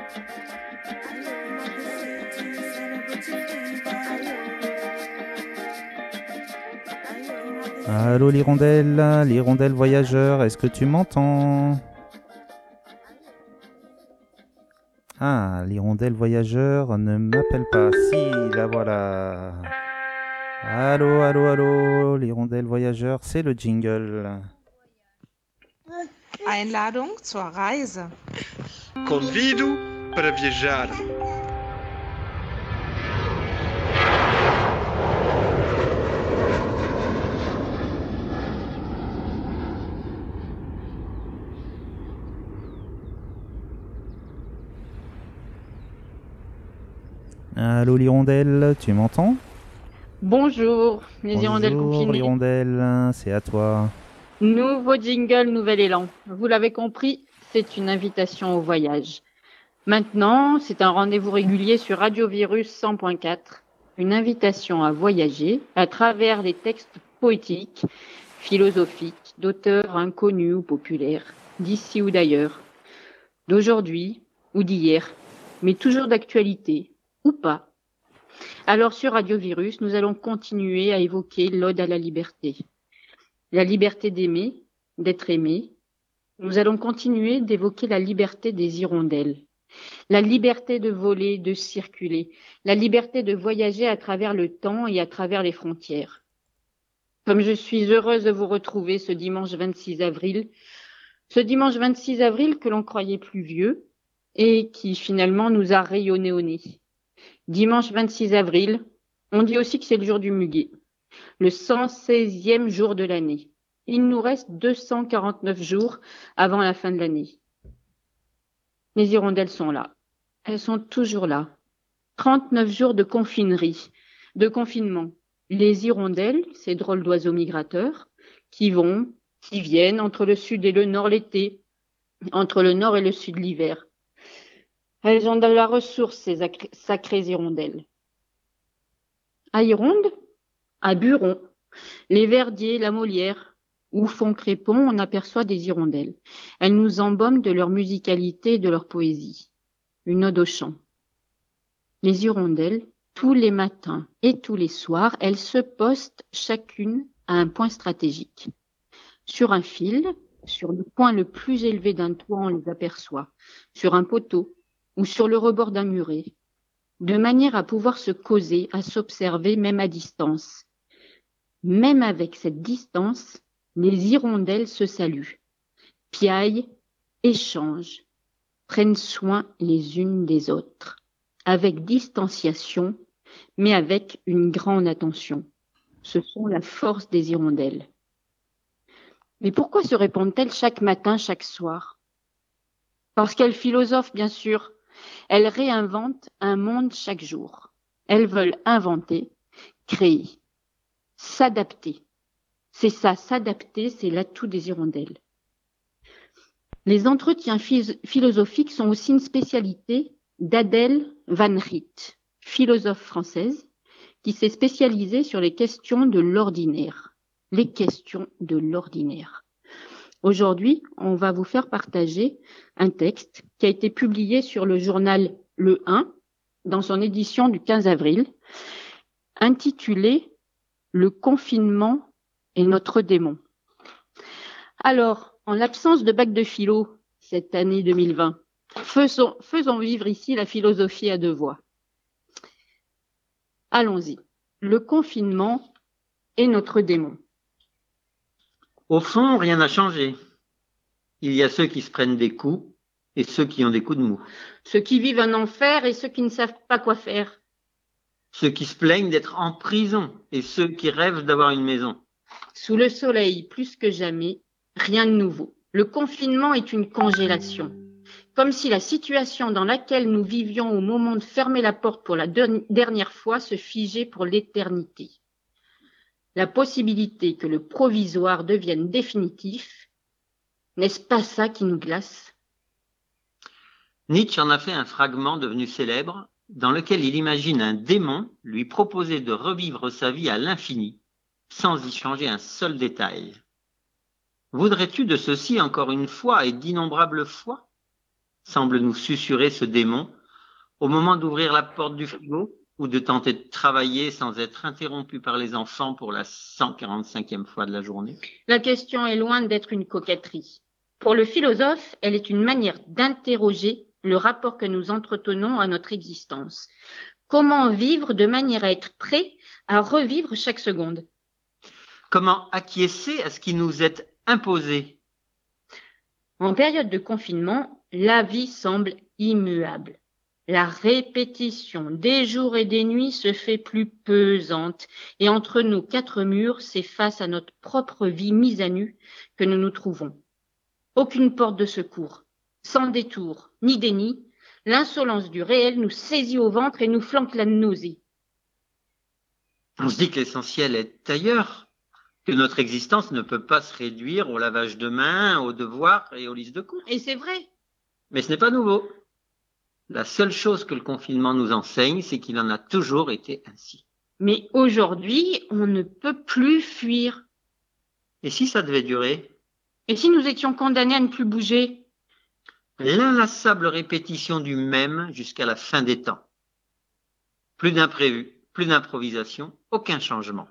Allô l'hirondelle, l'hirondelle voyageur, est-ce que tu m'entends? Ah, l'hirondelle voyageur ne m'appelle pas. Si, la voilà. Allô, allô, allô, l'hirondelle voyageur, c'est le jingle. Einladung zur Reise. Convido para viajar. Allô l'hirondelle, tu m'entends? Bonjour, les hirondelles Bonjour confinées. l'hirondelle, c'est à toi. Nouveau jingle, nouvel élan. Vous l'avez compris, c'est une invitation au voyage. Maintenant, c'est un rendez-vous régulier sur Radio Virus cent point quatre. Une invitation à voyager à travers les textes poétiques, philosophiques, d'auteurs inconnus ou populaires, d'ici ou d'ailleurs, d'aujourd'hui ou d'hier, mais toujours d'actualité. Ou pas. Alors sur Radio Virus, nous allons continuer à évoquer l'ode à la liberté. La liberté d'aimer, d'être aimé. Nous allons continuer d'évoquer la liberté des hirondelles. La liberté de voler, de circuler. La liberté de voyager à travers le temps et à travers les frontières. Comme je suis heureuse de vous retrouver ce dimanche vingt-six avril. Ce dimanche vingt-six avril que l'on croyait pluvieux et qui finalement nous a rayonné au nez. Dimanche vingt-six avril, on dit aussi que c'est le jour du muguet, le cent seizième jour de l'année. Il nous reste deux cent quarante-neuf jours avant la fin de l'année. Les hirondelles sont là. Elles sont toujours là. trente-neuf jours de confinerie, de confinement. Les hirondelles, ces drôles d'oiseaux migrateurs, qui vont, qui viennent entre le sud et le nord l'été, entre le nord et le sud l'hiver. Elles ont de la ressource, ces sacrées hirondelles. À Hironde, à Buron, les Verdiers, la Molière, ou Font-Crépon, on aperçoit des hirondelles. Elles nous embaument de leur musicalité et de leur poésie. Une ode au chant. Les hirondelles, tous les matins et tous les soirs, elles se postent chacune à un point stratégique. Sur un fil, sur le point le plus élevé d'un toit, on les aperçoit. Sur un poteau, ou sur le rebord d'un muret, de manière à pouvoir se causer, à s'observer même à distance. Même avec cette distance, les hirondelles se saluent, piaillent, échangent, prennent soin les unes des autres, avec distanciation, mais avec une grande attention. Ce sont la force des hirondelles. Mais pourquoi se répondent-elles chaque matin, chaque soir? Parce qu'elles philosophent, bien sûr. Elles réinventent un monde chaque jour. Elles veulent inventer, créer, s'adapter. C'est ça, s'adapter, c'est l'atout des hirondelles. Les entretiens phys- philosophiques sont aussi une spécialité d'Adèle Van Riet, philosophe française, qui s'est spécialisée sur les questions de l'ordinaire. Les questions de l'ordinaire. Aujourd'hui, on va vous faire partager un texte qui a été publié sur le journal Le un, dans son édition du quinze avril, intitulé « Le confinement est notre démon ». Alors, en l'absence de bac de philo cette année deux mille vingt, faisons, faisons vivre ici la philosophie à deux voix. Allons-y. Le confinement est notre démon. Au fond, rien n'a changé. Il y a ceux qui se prennent des coups et ceux qui ont des coups de mou. Ceux qui vivent un enfer et ceux qui ne savent pas quoi faire. Ceux qui se plaignent d'être en prison et ceux qui rêvent d'avoir une maison. Sous le soleil, plus que jamais, rien de nouveau. Le confinement est une congélation. Comme si la situation dans laquelle nous vivions au moment de fermer la porte pour la de- dernière fois se figeait pour l'éternité. La possibilité que le provisoire devienne définitif, n'est-ce pas ça qui nous glace? Nietzsche en a fait un fragment devenu célèbre dans lequel il imagine un démon lui proposer de revivre sa vie à l'infini sans y changer un seul détail. Voudrais-tu de ceci encore une fois et d'innombrables fois? Semble nous susurrer ce démon au moment d'ouvrir la porte du frigo ou de tenter de travailler sans être interrompu par les enfants pour la cent quarante-cinquième fois de la journée. La question est loin d'être une coquetterie. Pour le philosophe, elle est une manière d'interroger le rapport que nous entretenons à notre existence. Comment vivre de manière à être prêt à revivre chaque seconde? Comment acquiescer à ce qui nous est imposé? En période de confinement, la vie semble immuable. La répétition des jours et des nuits se fait plus pesante et entre nos quatre murs, c'est face à notre propre vie mise à nu que nous nous trouvons. Aucune porte de secours, sans détour ni déni, l'insolence du réel nous saisit au ventre et nous flanque la nausée. On se dit que l'essentiel est ailleurs, que notre existence ne peut pas se réduire au lavage de mains, aux devoirs et aux listes de cours. Et c'est vrai. Mais ce n'est pas nouveau. La seule chose que le confinement nous enseigne, c'est qu'il en a toujours été ainsi. Mais aujourd'hui, on ne peut plus fuir. Et si ça devait durer? Et si nous étions condamnés à ne plus bouger? L'inlassable répétition du même jusqu'à la fin des temps. Plus d'imprévu, plus d'improvisation, aucun changement.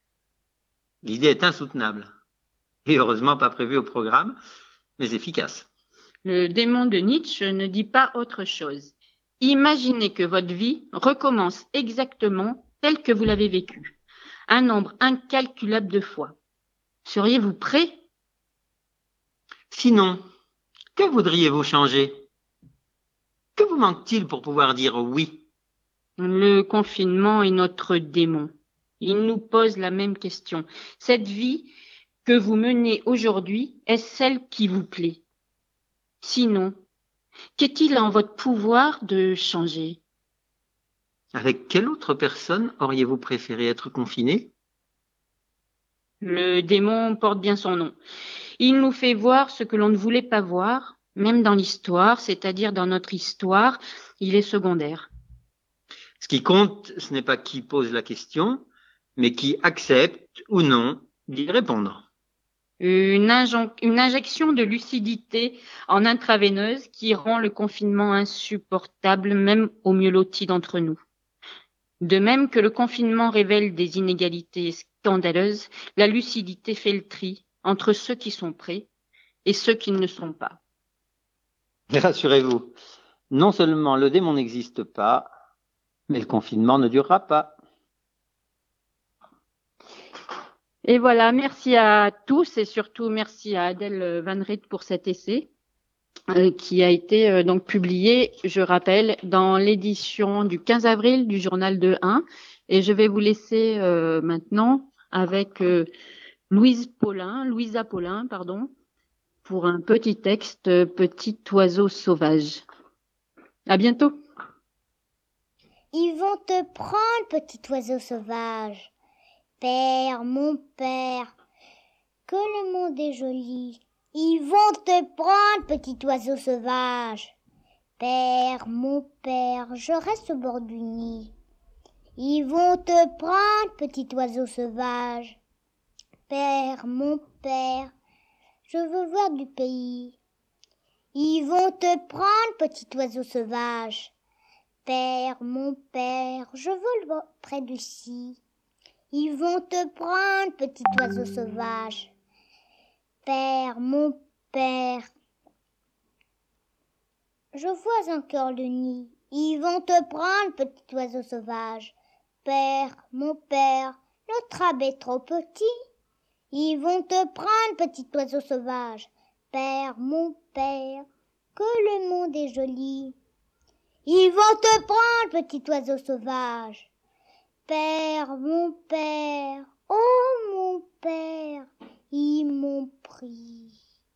L'idée est insoutenable. Et heureusement pas prévue au programme, mais efficace. Le démon de Nietzsche ne dit pas autre chose. Imaginez que votre vie recommence exactement telle que vous l'avez vécue, un nombre incalculable de fois. Seriez-vous prêt? Sinon, que voudriez-vous changer? Que vous manque-t-il pour pouvoir dire oui? Le confinement est notre démon. Il nous pose la même question. Cette vie que vous menez aujourd'hui est celle qui vous plaît? Sinon, qu'est-il en votre pouvoir de changer? Avec quelle autre personne auriez-vous préféré être confiné? Le démon porte bien son nom. Il nous fait voir ce que l'on ne voulait pas voir, même dans l'histoire, c'est-à-dire dans notre histoire, il est secondaire. Ce qui compte, ce n'est pas qui pose la question, mais qui accepte ou non d'y répondre. Une, injon- une injection de lucidité en intraveineuse qui rend le confinement insupportable, même aux mieux lotis d'entre nous. De même que le confinement révèle des inégalités scandaleuses, la lucidité fait le tri entre ceux qui sont prêts et ceux qui ne le sont pas. Mais rassurez-vous, non seulement le démon n'existe pas, mais le confinement ne durera pas. Et voilà, merci à tous et surtout merci à Adèle Van Riet pour cet essai. euh, qui a été euh, donc publié, je rappelle, dans l'édition du quinze avril du journal de un. Et je vais vous laisser euh, maintenant avec euh, Louise Paulin, Louisa Paulin, pardon, pour un petit texte, euh, Petit oiseau sauvage. À bientôt. Ils vont te prendre, petit oiseau sauvage. Père, mon père, que le monde est joli. Ils vont te prendre, petit oiseau sauvage. Père, mon père, je reste au bord du nid. Ils vont te prendre, petit oiseau sauvage. Père, mon père, je veux voir du pays. Ils vont te prendre, petit oiseau sauvage. Père, mon père, je vole près du ci. Ils vont te prendre, petit oiseau sauvage. Père, mon père, je vois encore le nid. Ils vont te prendre, petit oiseau sauvage. Père, mon père, notre arbre est trop petit. Ils vont te prendre, petit oiseau sauvage. Père, mon père, que le monde est joli. Ils vont te prendre, petit oiseau sauvage. Père, mon père, oh mon père, ils m'ont pris.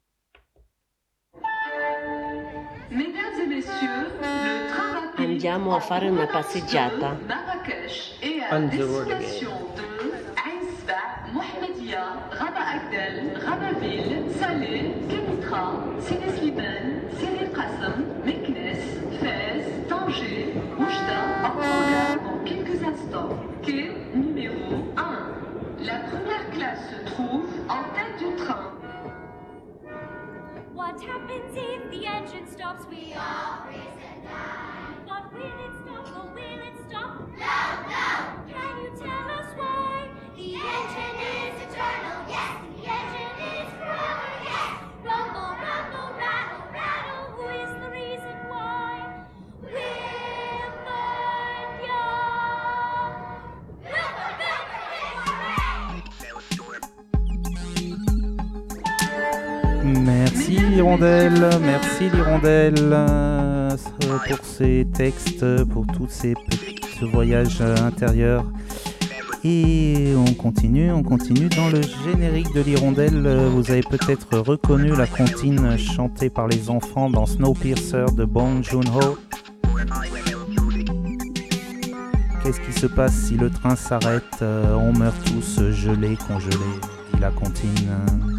Mesdames et messieurs, le train rapide Andiamo a fare una passeggiata. Marrakech et à Andiamo destination de Aïsba, Mohamedia, Rabat Agdel, Rabaville, Salé, Kenitra, Sidi Slimane, Sidi Qassam, Meknes, Fès, Tanger, Oujda, au programme dans quelques instants. Quai numéro un. La première classe se trouve en tête du train. What happens if the engine stops? We all freeze and die. But will it stop or will it stop? No, no! Can you tell us why? The engine is eternal, yes! The engine is forever, yes! Rumble, rumble, rattle, rattle, who is the reason why? Wilford Young! Wilford, Merci l'hirondelle, merci l'hirondelle euh, pour ces textes, pour tous ces petits voyages intérieurs. Et on continue, on continue dans le générique de l'hirondelle. Vous avez peut-être reconnu la comptine chantée par les enfants dans Snowpiercer de Bong Joon-ho. Qu'est-ce qui se passe si le train s'arrête? On meurt tous gelés, congelés, dit la comptine.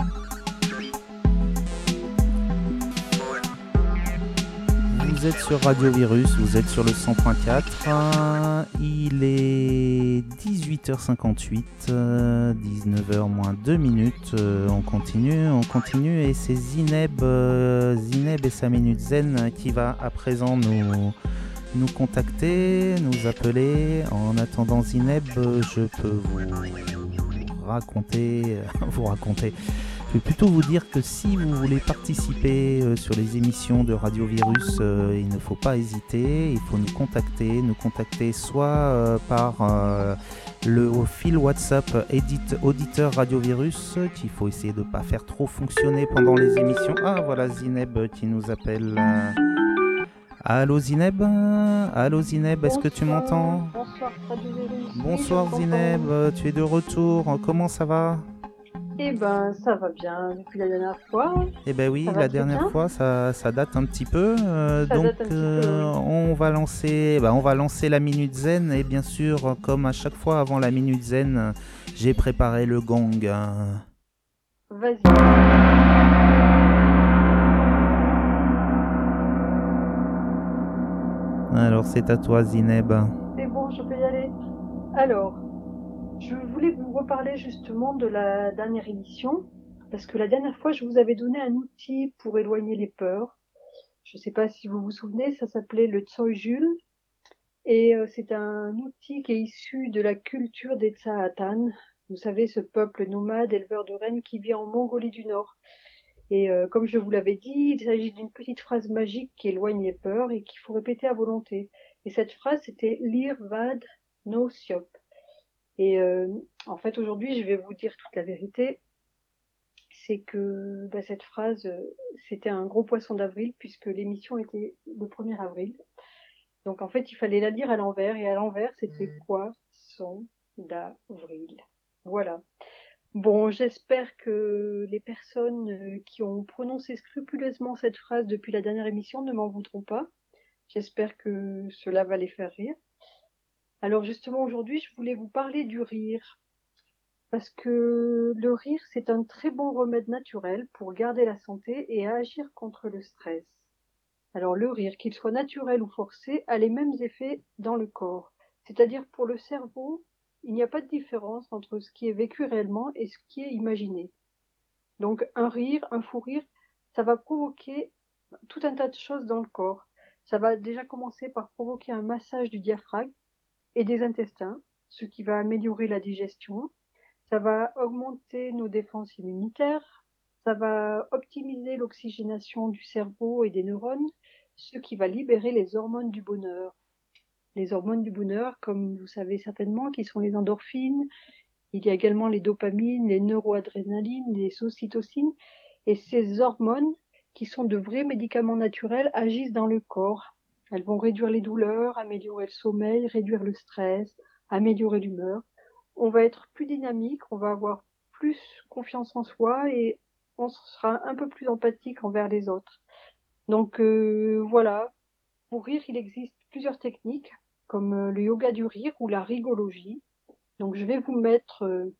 Vous êtes sur Radio Virus, vous êtes sur le cent point quatre, il est dix-huit heures cinquante-huit, dix-neuf heures moins deux minutes, on continue, on continue et c'est Zineb, Zineb et sa Minute Zen qui va à présent nous, nous contacter, nous appeler. En attendant Zineb, je peux vous raconter, vous raconter... Je vais plutôt vous dire que si vous voulez participer euh, sur les émissions de Radio Virus, euh, il ne faut pas hésiter, il faut nous contacter, nous contacter soit euh, par euh, le au fil WhatsApp edit, auditeur Radio Virus, qu'il faut essayer de ne pas faire trop fonctionner pendant les émissions. Ah voilà Zineb qui nous appelle. Allô Zineb? Allô Zineb, est-ce que tu m'entends? Bonsoir Radio Virus. Bonsoir oui, Zineb, tu es de retour, comment ça va? Eh ben, ça va bien depuis la dernière fois. Eh ben oui, la dernière fois, ça, ça date un petit peu. Euh, Ça donc, date un petit euh, peu, oui. on va lancer, ben, on va lancer la minute zen et bien sûr, comme à chaque fois avant la minute zen, j'ai préparé le gong. hein. Vas-y. Alors, c'est à toi, Zineb. C'est bon, je peux y aller. Alors, je voulais vous reparler justement de la dernière émission, parce que la dernière fois, je vous avais donné un outil pour éloigner les peurs. Je ne sais pas si vous vous souvenez, ça s'appelait le Tsoyjul, et euh, c'est un outil qui est issu de la culture des Tsahatan. Vous savez, ce peuple nomade, éleveur de rennes qui vit en Mongolie du Nord. Et euh, comme je vous l'avais dit, il s'agit d'une petite phrase magique qui éloigne les peurs et qu'il faut répéter à volonté. Et cette phrase, c'était Lir Vad No Siop. Et euh, en fait, aujourd'hui, je vais vous dire toute la vérité. c'est que bah, cette phrase, euh, c'était un gros poisson d'avril, puisque l'émission était le premier avril. Donc en fait, il fallait la lire à l'envers, et à l'envers, c'était poisson d'avril. Voilà. Bon, j'espère que les personnes euh, qui ont prononcé scrupuleusement cette phrase depuis la dernière émission ne m'en voudront pas. J'espère que cela va les faire rire. Alors justement, aujourd'hui, je voulais vous parler du rire. Parce que le rire, c'est un très bon remède naturel pour garder la santé et agir contre le stress. Alors le rire, qu'il soit naturel ou forcé, a les mêmes effets dans le corps. C'est-à-dire pour le cerveau, il n'y a pas de différence entre ce qui est vécu réellement et ce qui est imaginé. Donc un rire, un fou rire, ça va provoquer tout un tas de choses dans le corps. Ça va déjà commencer par provoquer un massage du diaphragme et des intestins, ce qui va améliorer la digestion. Ça va augmenter nos défenses immunitaires. Ça va optimiser l'oxygénation du cerveau et des neurones, ce qui va libérer les hormones du bonheur. Les hormones du bonheur, comme vous savez certainement, qui sont les endorphines. Il y a également les dopamines, les neuroadrénalines, les ocytocines. Et ces hormones, qui sont de vrais médicaments naturels, agissent dans le corps. Elles vont réduire les douleurs, améliorer le sommeil, réduire le stress, améliorer l'humeur. On va être plus dynamique, on va avoir plus confiance en soi et on sera un peu plus empathique envers les autres. Donc euh, voilà, pour rire, il existe plusieurs techniques, comme euh, le yoga du rire ou la rigologie. Donc je vais vous mettre euh,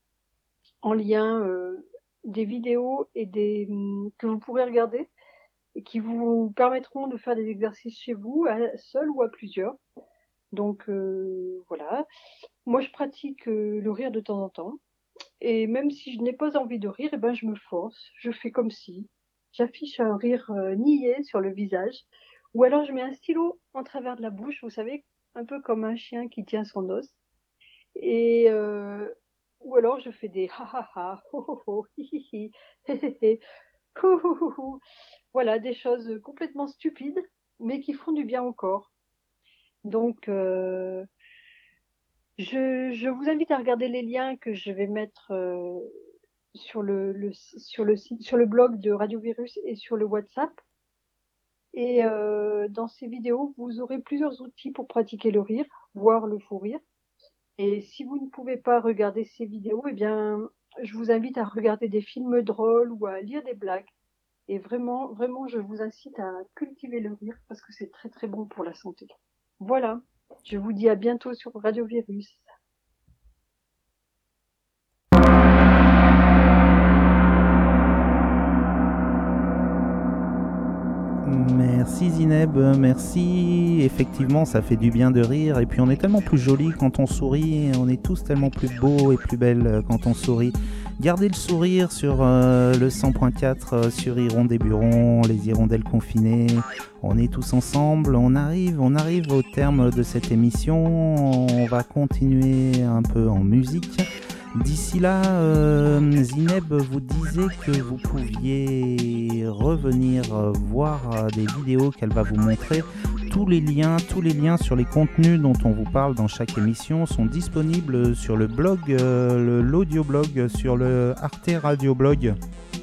en lien euh, des vidéos et des que vous pourrez regarder et qui vous permettront de faire des exercices chez vous, à, seul ou à plusieurs. Donc euh, voilà, moi je pratique euh, le rire de temps en temps. Et même si je n'ai pas envie de rire, eh ben je me force, je fais comme si. J'affiche un rire euh, niais sur le visage, ou alors je mets un stylo en travers de la bouche, vous savez, un peu comme un chien qui tient son os. Et euh, ou alors je fais des ha ha ha, ho ho ho, hi hi hi, he he he, hou hou hou hou. Voilà, des choses complètement stupides, mais qui font du bien au corps. Donc, euh, je, je vous invite à regarder les liens que je vais mettre euh, sur le, le, sur le site, sur le blog de Radio Virus et sur le WhatsApp. Et euh, dans ces vidéos, vous aurez plusieurs outils pour pratiquer le rire, voire le fou rire. Et si vous ne pouvez pas regarder ces vidéos, eh bien, je vous invite à regarder des films drôles ou à lire des blagues. Et vraiment, vraiment, je vous incite à cultiver le rire parce que c'est très très bon pour la santé. Voilà, je vous dis à bientôt sur Radio Virus. Merci Zineb, merci. Effectivement, ça fait du bien de rire. Et puis on est tellement plus joli quand on sourit. On est tous tellement plus beaux et plus belles quand on sourit. Gardez le sourire sur euh, le cent point quatre, euh, sur Hirondelle-des-Burons, les hirondelles confinées. On est tous ensemble. On arrive, on arrive au terme de cette émission. On va continuer un peu en musique. D'ici là, euh, Zineb vous disait que vous pouviez revenir euh, voir euh, des vidéos qu'elle va vous montrer. Tous les liens, tous les liens sur les contenus dont on vous parle dans chaque émission sont disponibles sur le blog, euh, le, l'audioblog, sur le Arte Radio Blog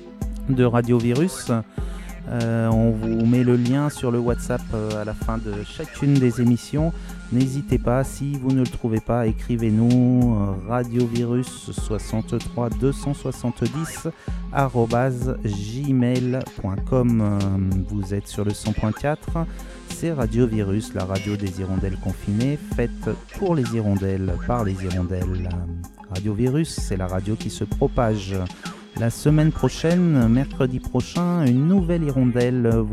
de Radio Virus. Euh, on vous met le lien sur le WhatsApp euh, à la fin de chacune des émissions. N'hésitez pas, si vous ne le trouvez pas, écrivez-nous euh, radiovirus soixante-trois deux cent soixante-dix arobase gmail point com. Euh, vous êtes sur le cent point quatre, c'est Radio Virus, la radio des hirondelles confinées, faite pour les hirondelles, par les hirondelles. Radio Virus, c'est la radio qui se propage. La semaine prochaine, mercredi prochain, une nouvelle hirondelle vous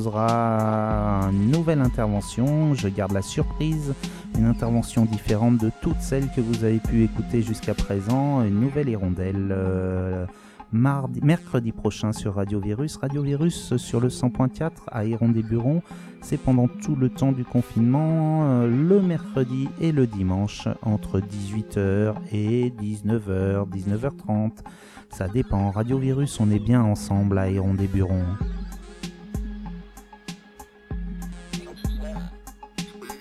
proposera une nouvelle intervention. Je garde la surprise, une intervention différente de toutes celles que vous avez pu écouter jusqu'à présent. Une nouvelle hirondelle euh, mardi, mercredi prochain sur Radio Virus. Radio Virus sur le cent point quatre à Hirondelle-des-Burons. C'est pendant tout le temps du confinement, euh, le mercredi et le dimanche, entre dix-huit heures et dix-neuf heures, dix-neuf heures trente. Ça dépend. Radio Virus, on est bien ensemble à Hirondelle-des-Burons.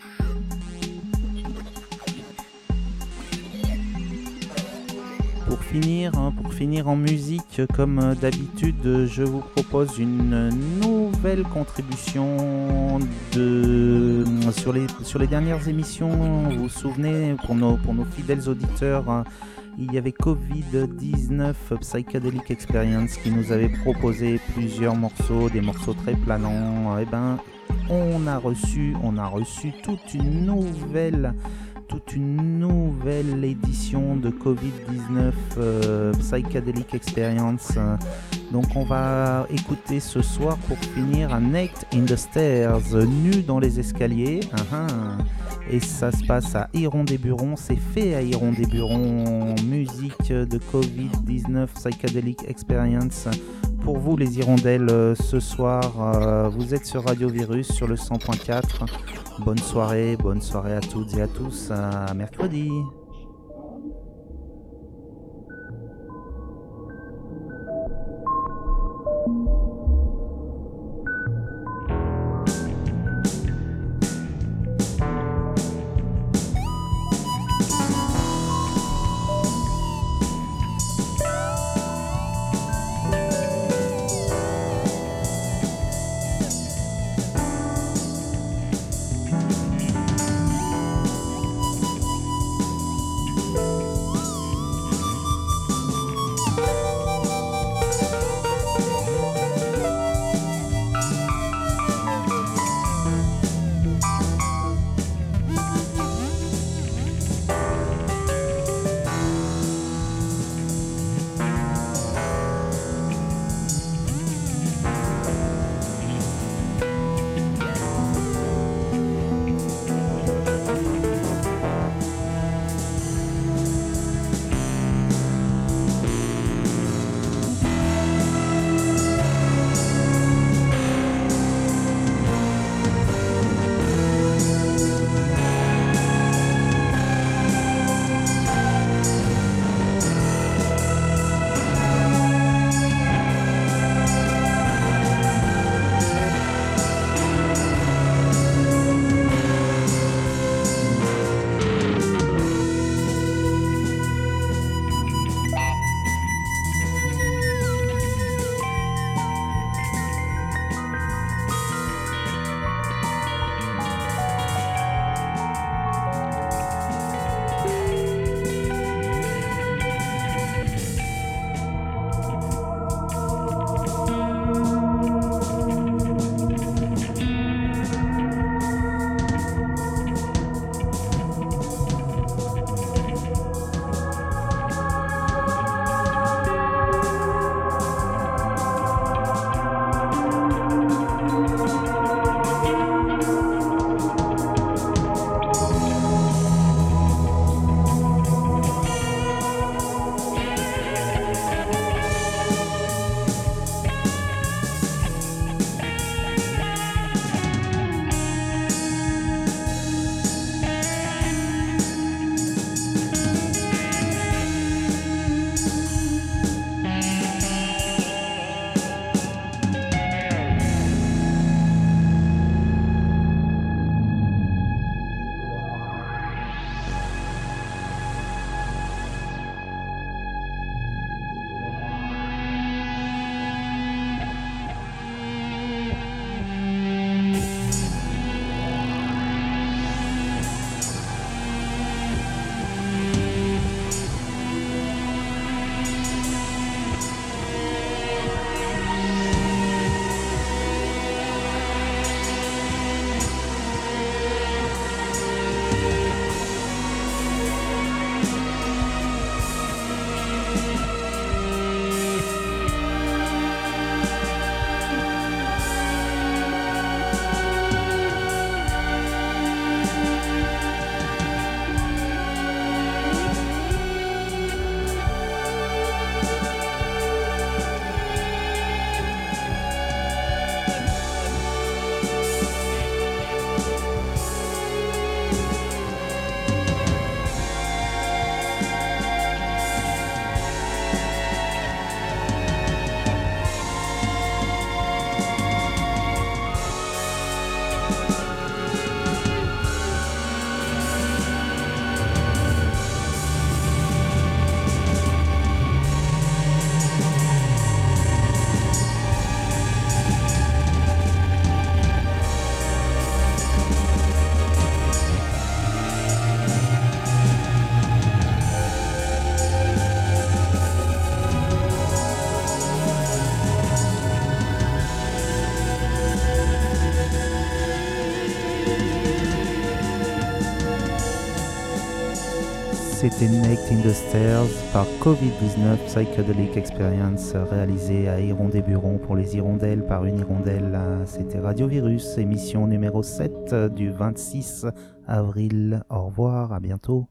Pour finir, hein, pour finir en musique, comme d'habitude, je vous propose une nouvelle contribution de sur les sur les dernières émissions. Vous vous souvenez, pour nos pour nos fidèles auditeurs, hein, il y avait covid dix-neuf Psychedelic Experience qui nous avait proposé plusieurs morceaux, des morceaux très planants. Et ben, on a reçu, on a reçu toute une nouvelle, toute une nouvelle édition de covid dix-neuf euh, Psychedelic Experience. Donc on va écouter ce soir pour finir un Naked in the Stairs, nu dans les escaliers. Uh-huh. Et ça se passe à Hirondé-Buron, c'est fait à Hirondé-Buron, musique de covid dix-neuf Psychedelic Experience. Pour vous les hirondelles, ce soir, euh, vous êtes sur Radio Virus sur le cent point quatre. Bonne soirée, bonne soirée à toutes et à tous, à mercredi. c'était Naked in the Stairs par covid dix-neuf Psychedelic Experience, réalisé à Hirondé-Buron pour les hirondelles par une hirondelle. C'était Radio Virus, émission numéro sept du vingt-six avril. Au revoir, à bientôt.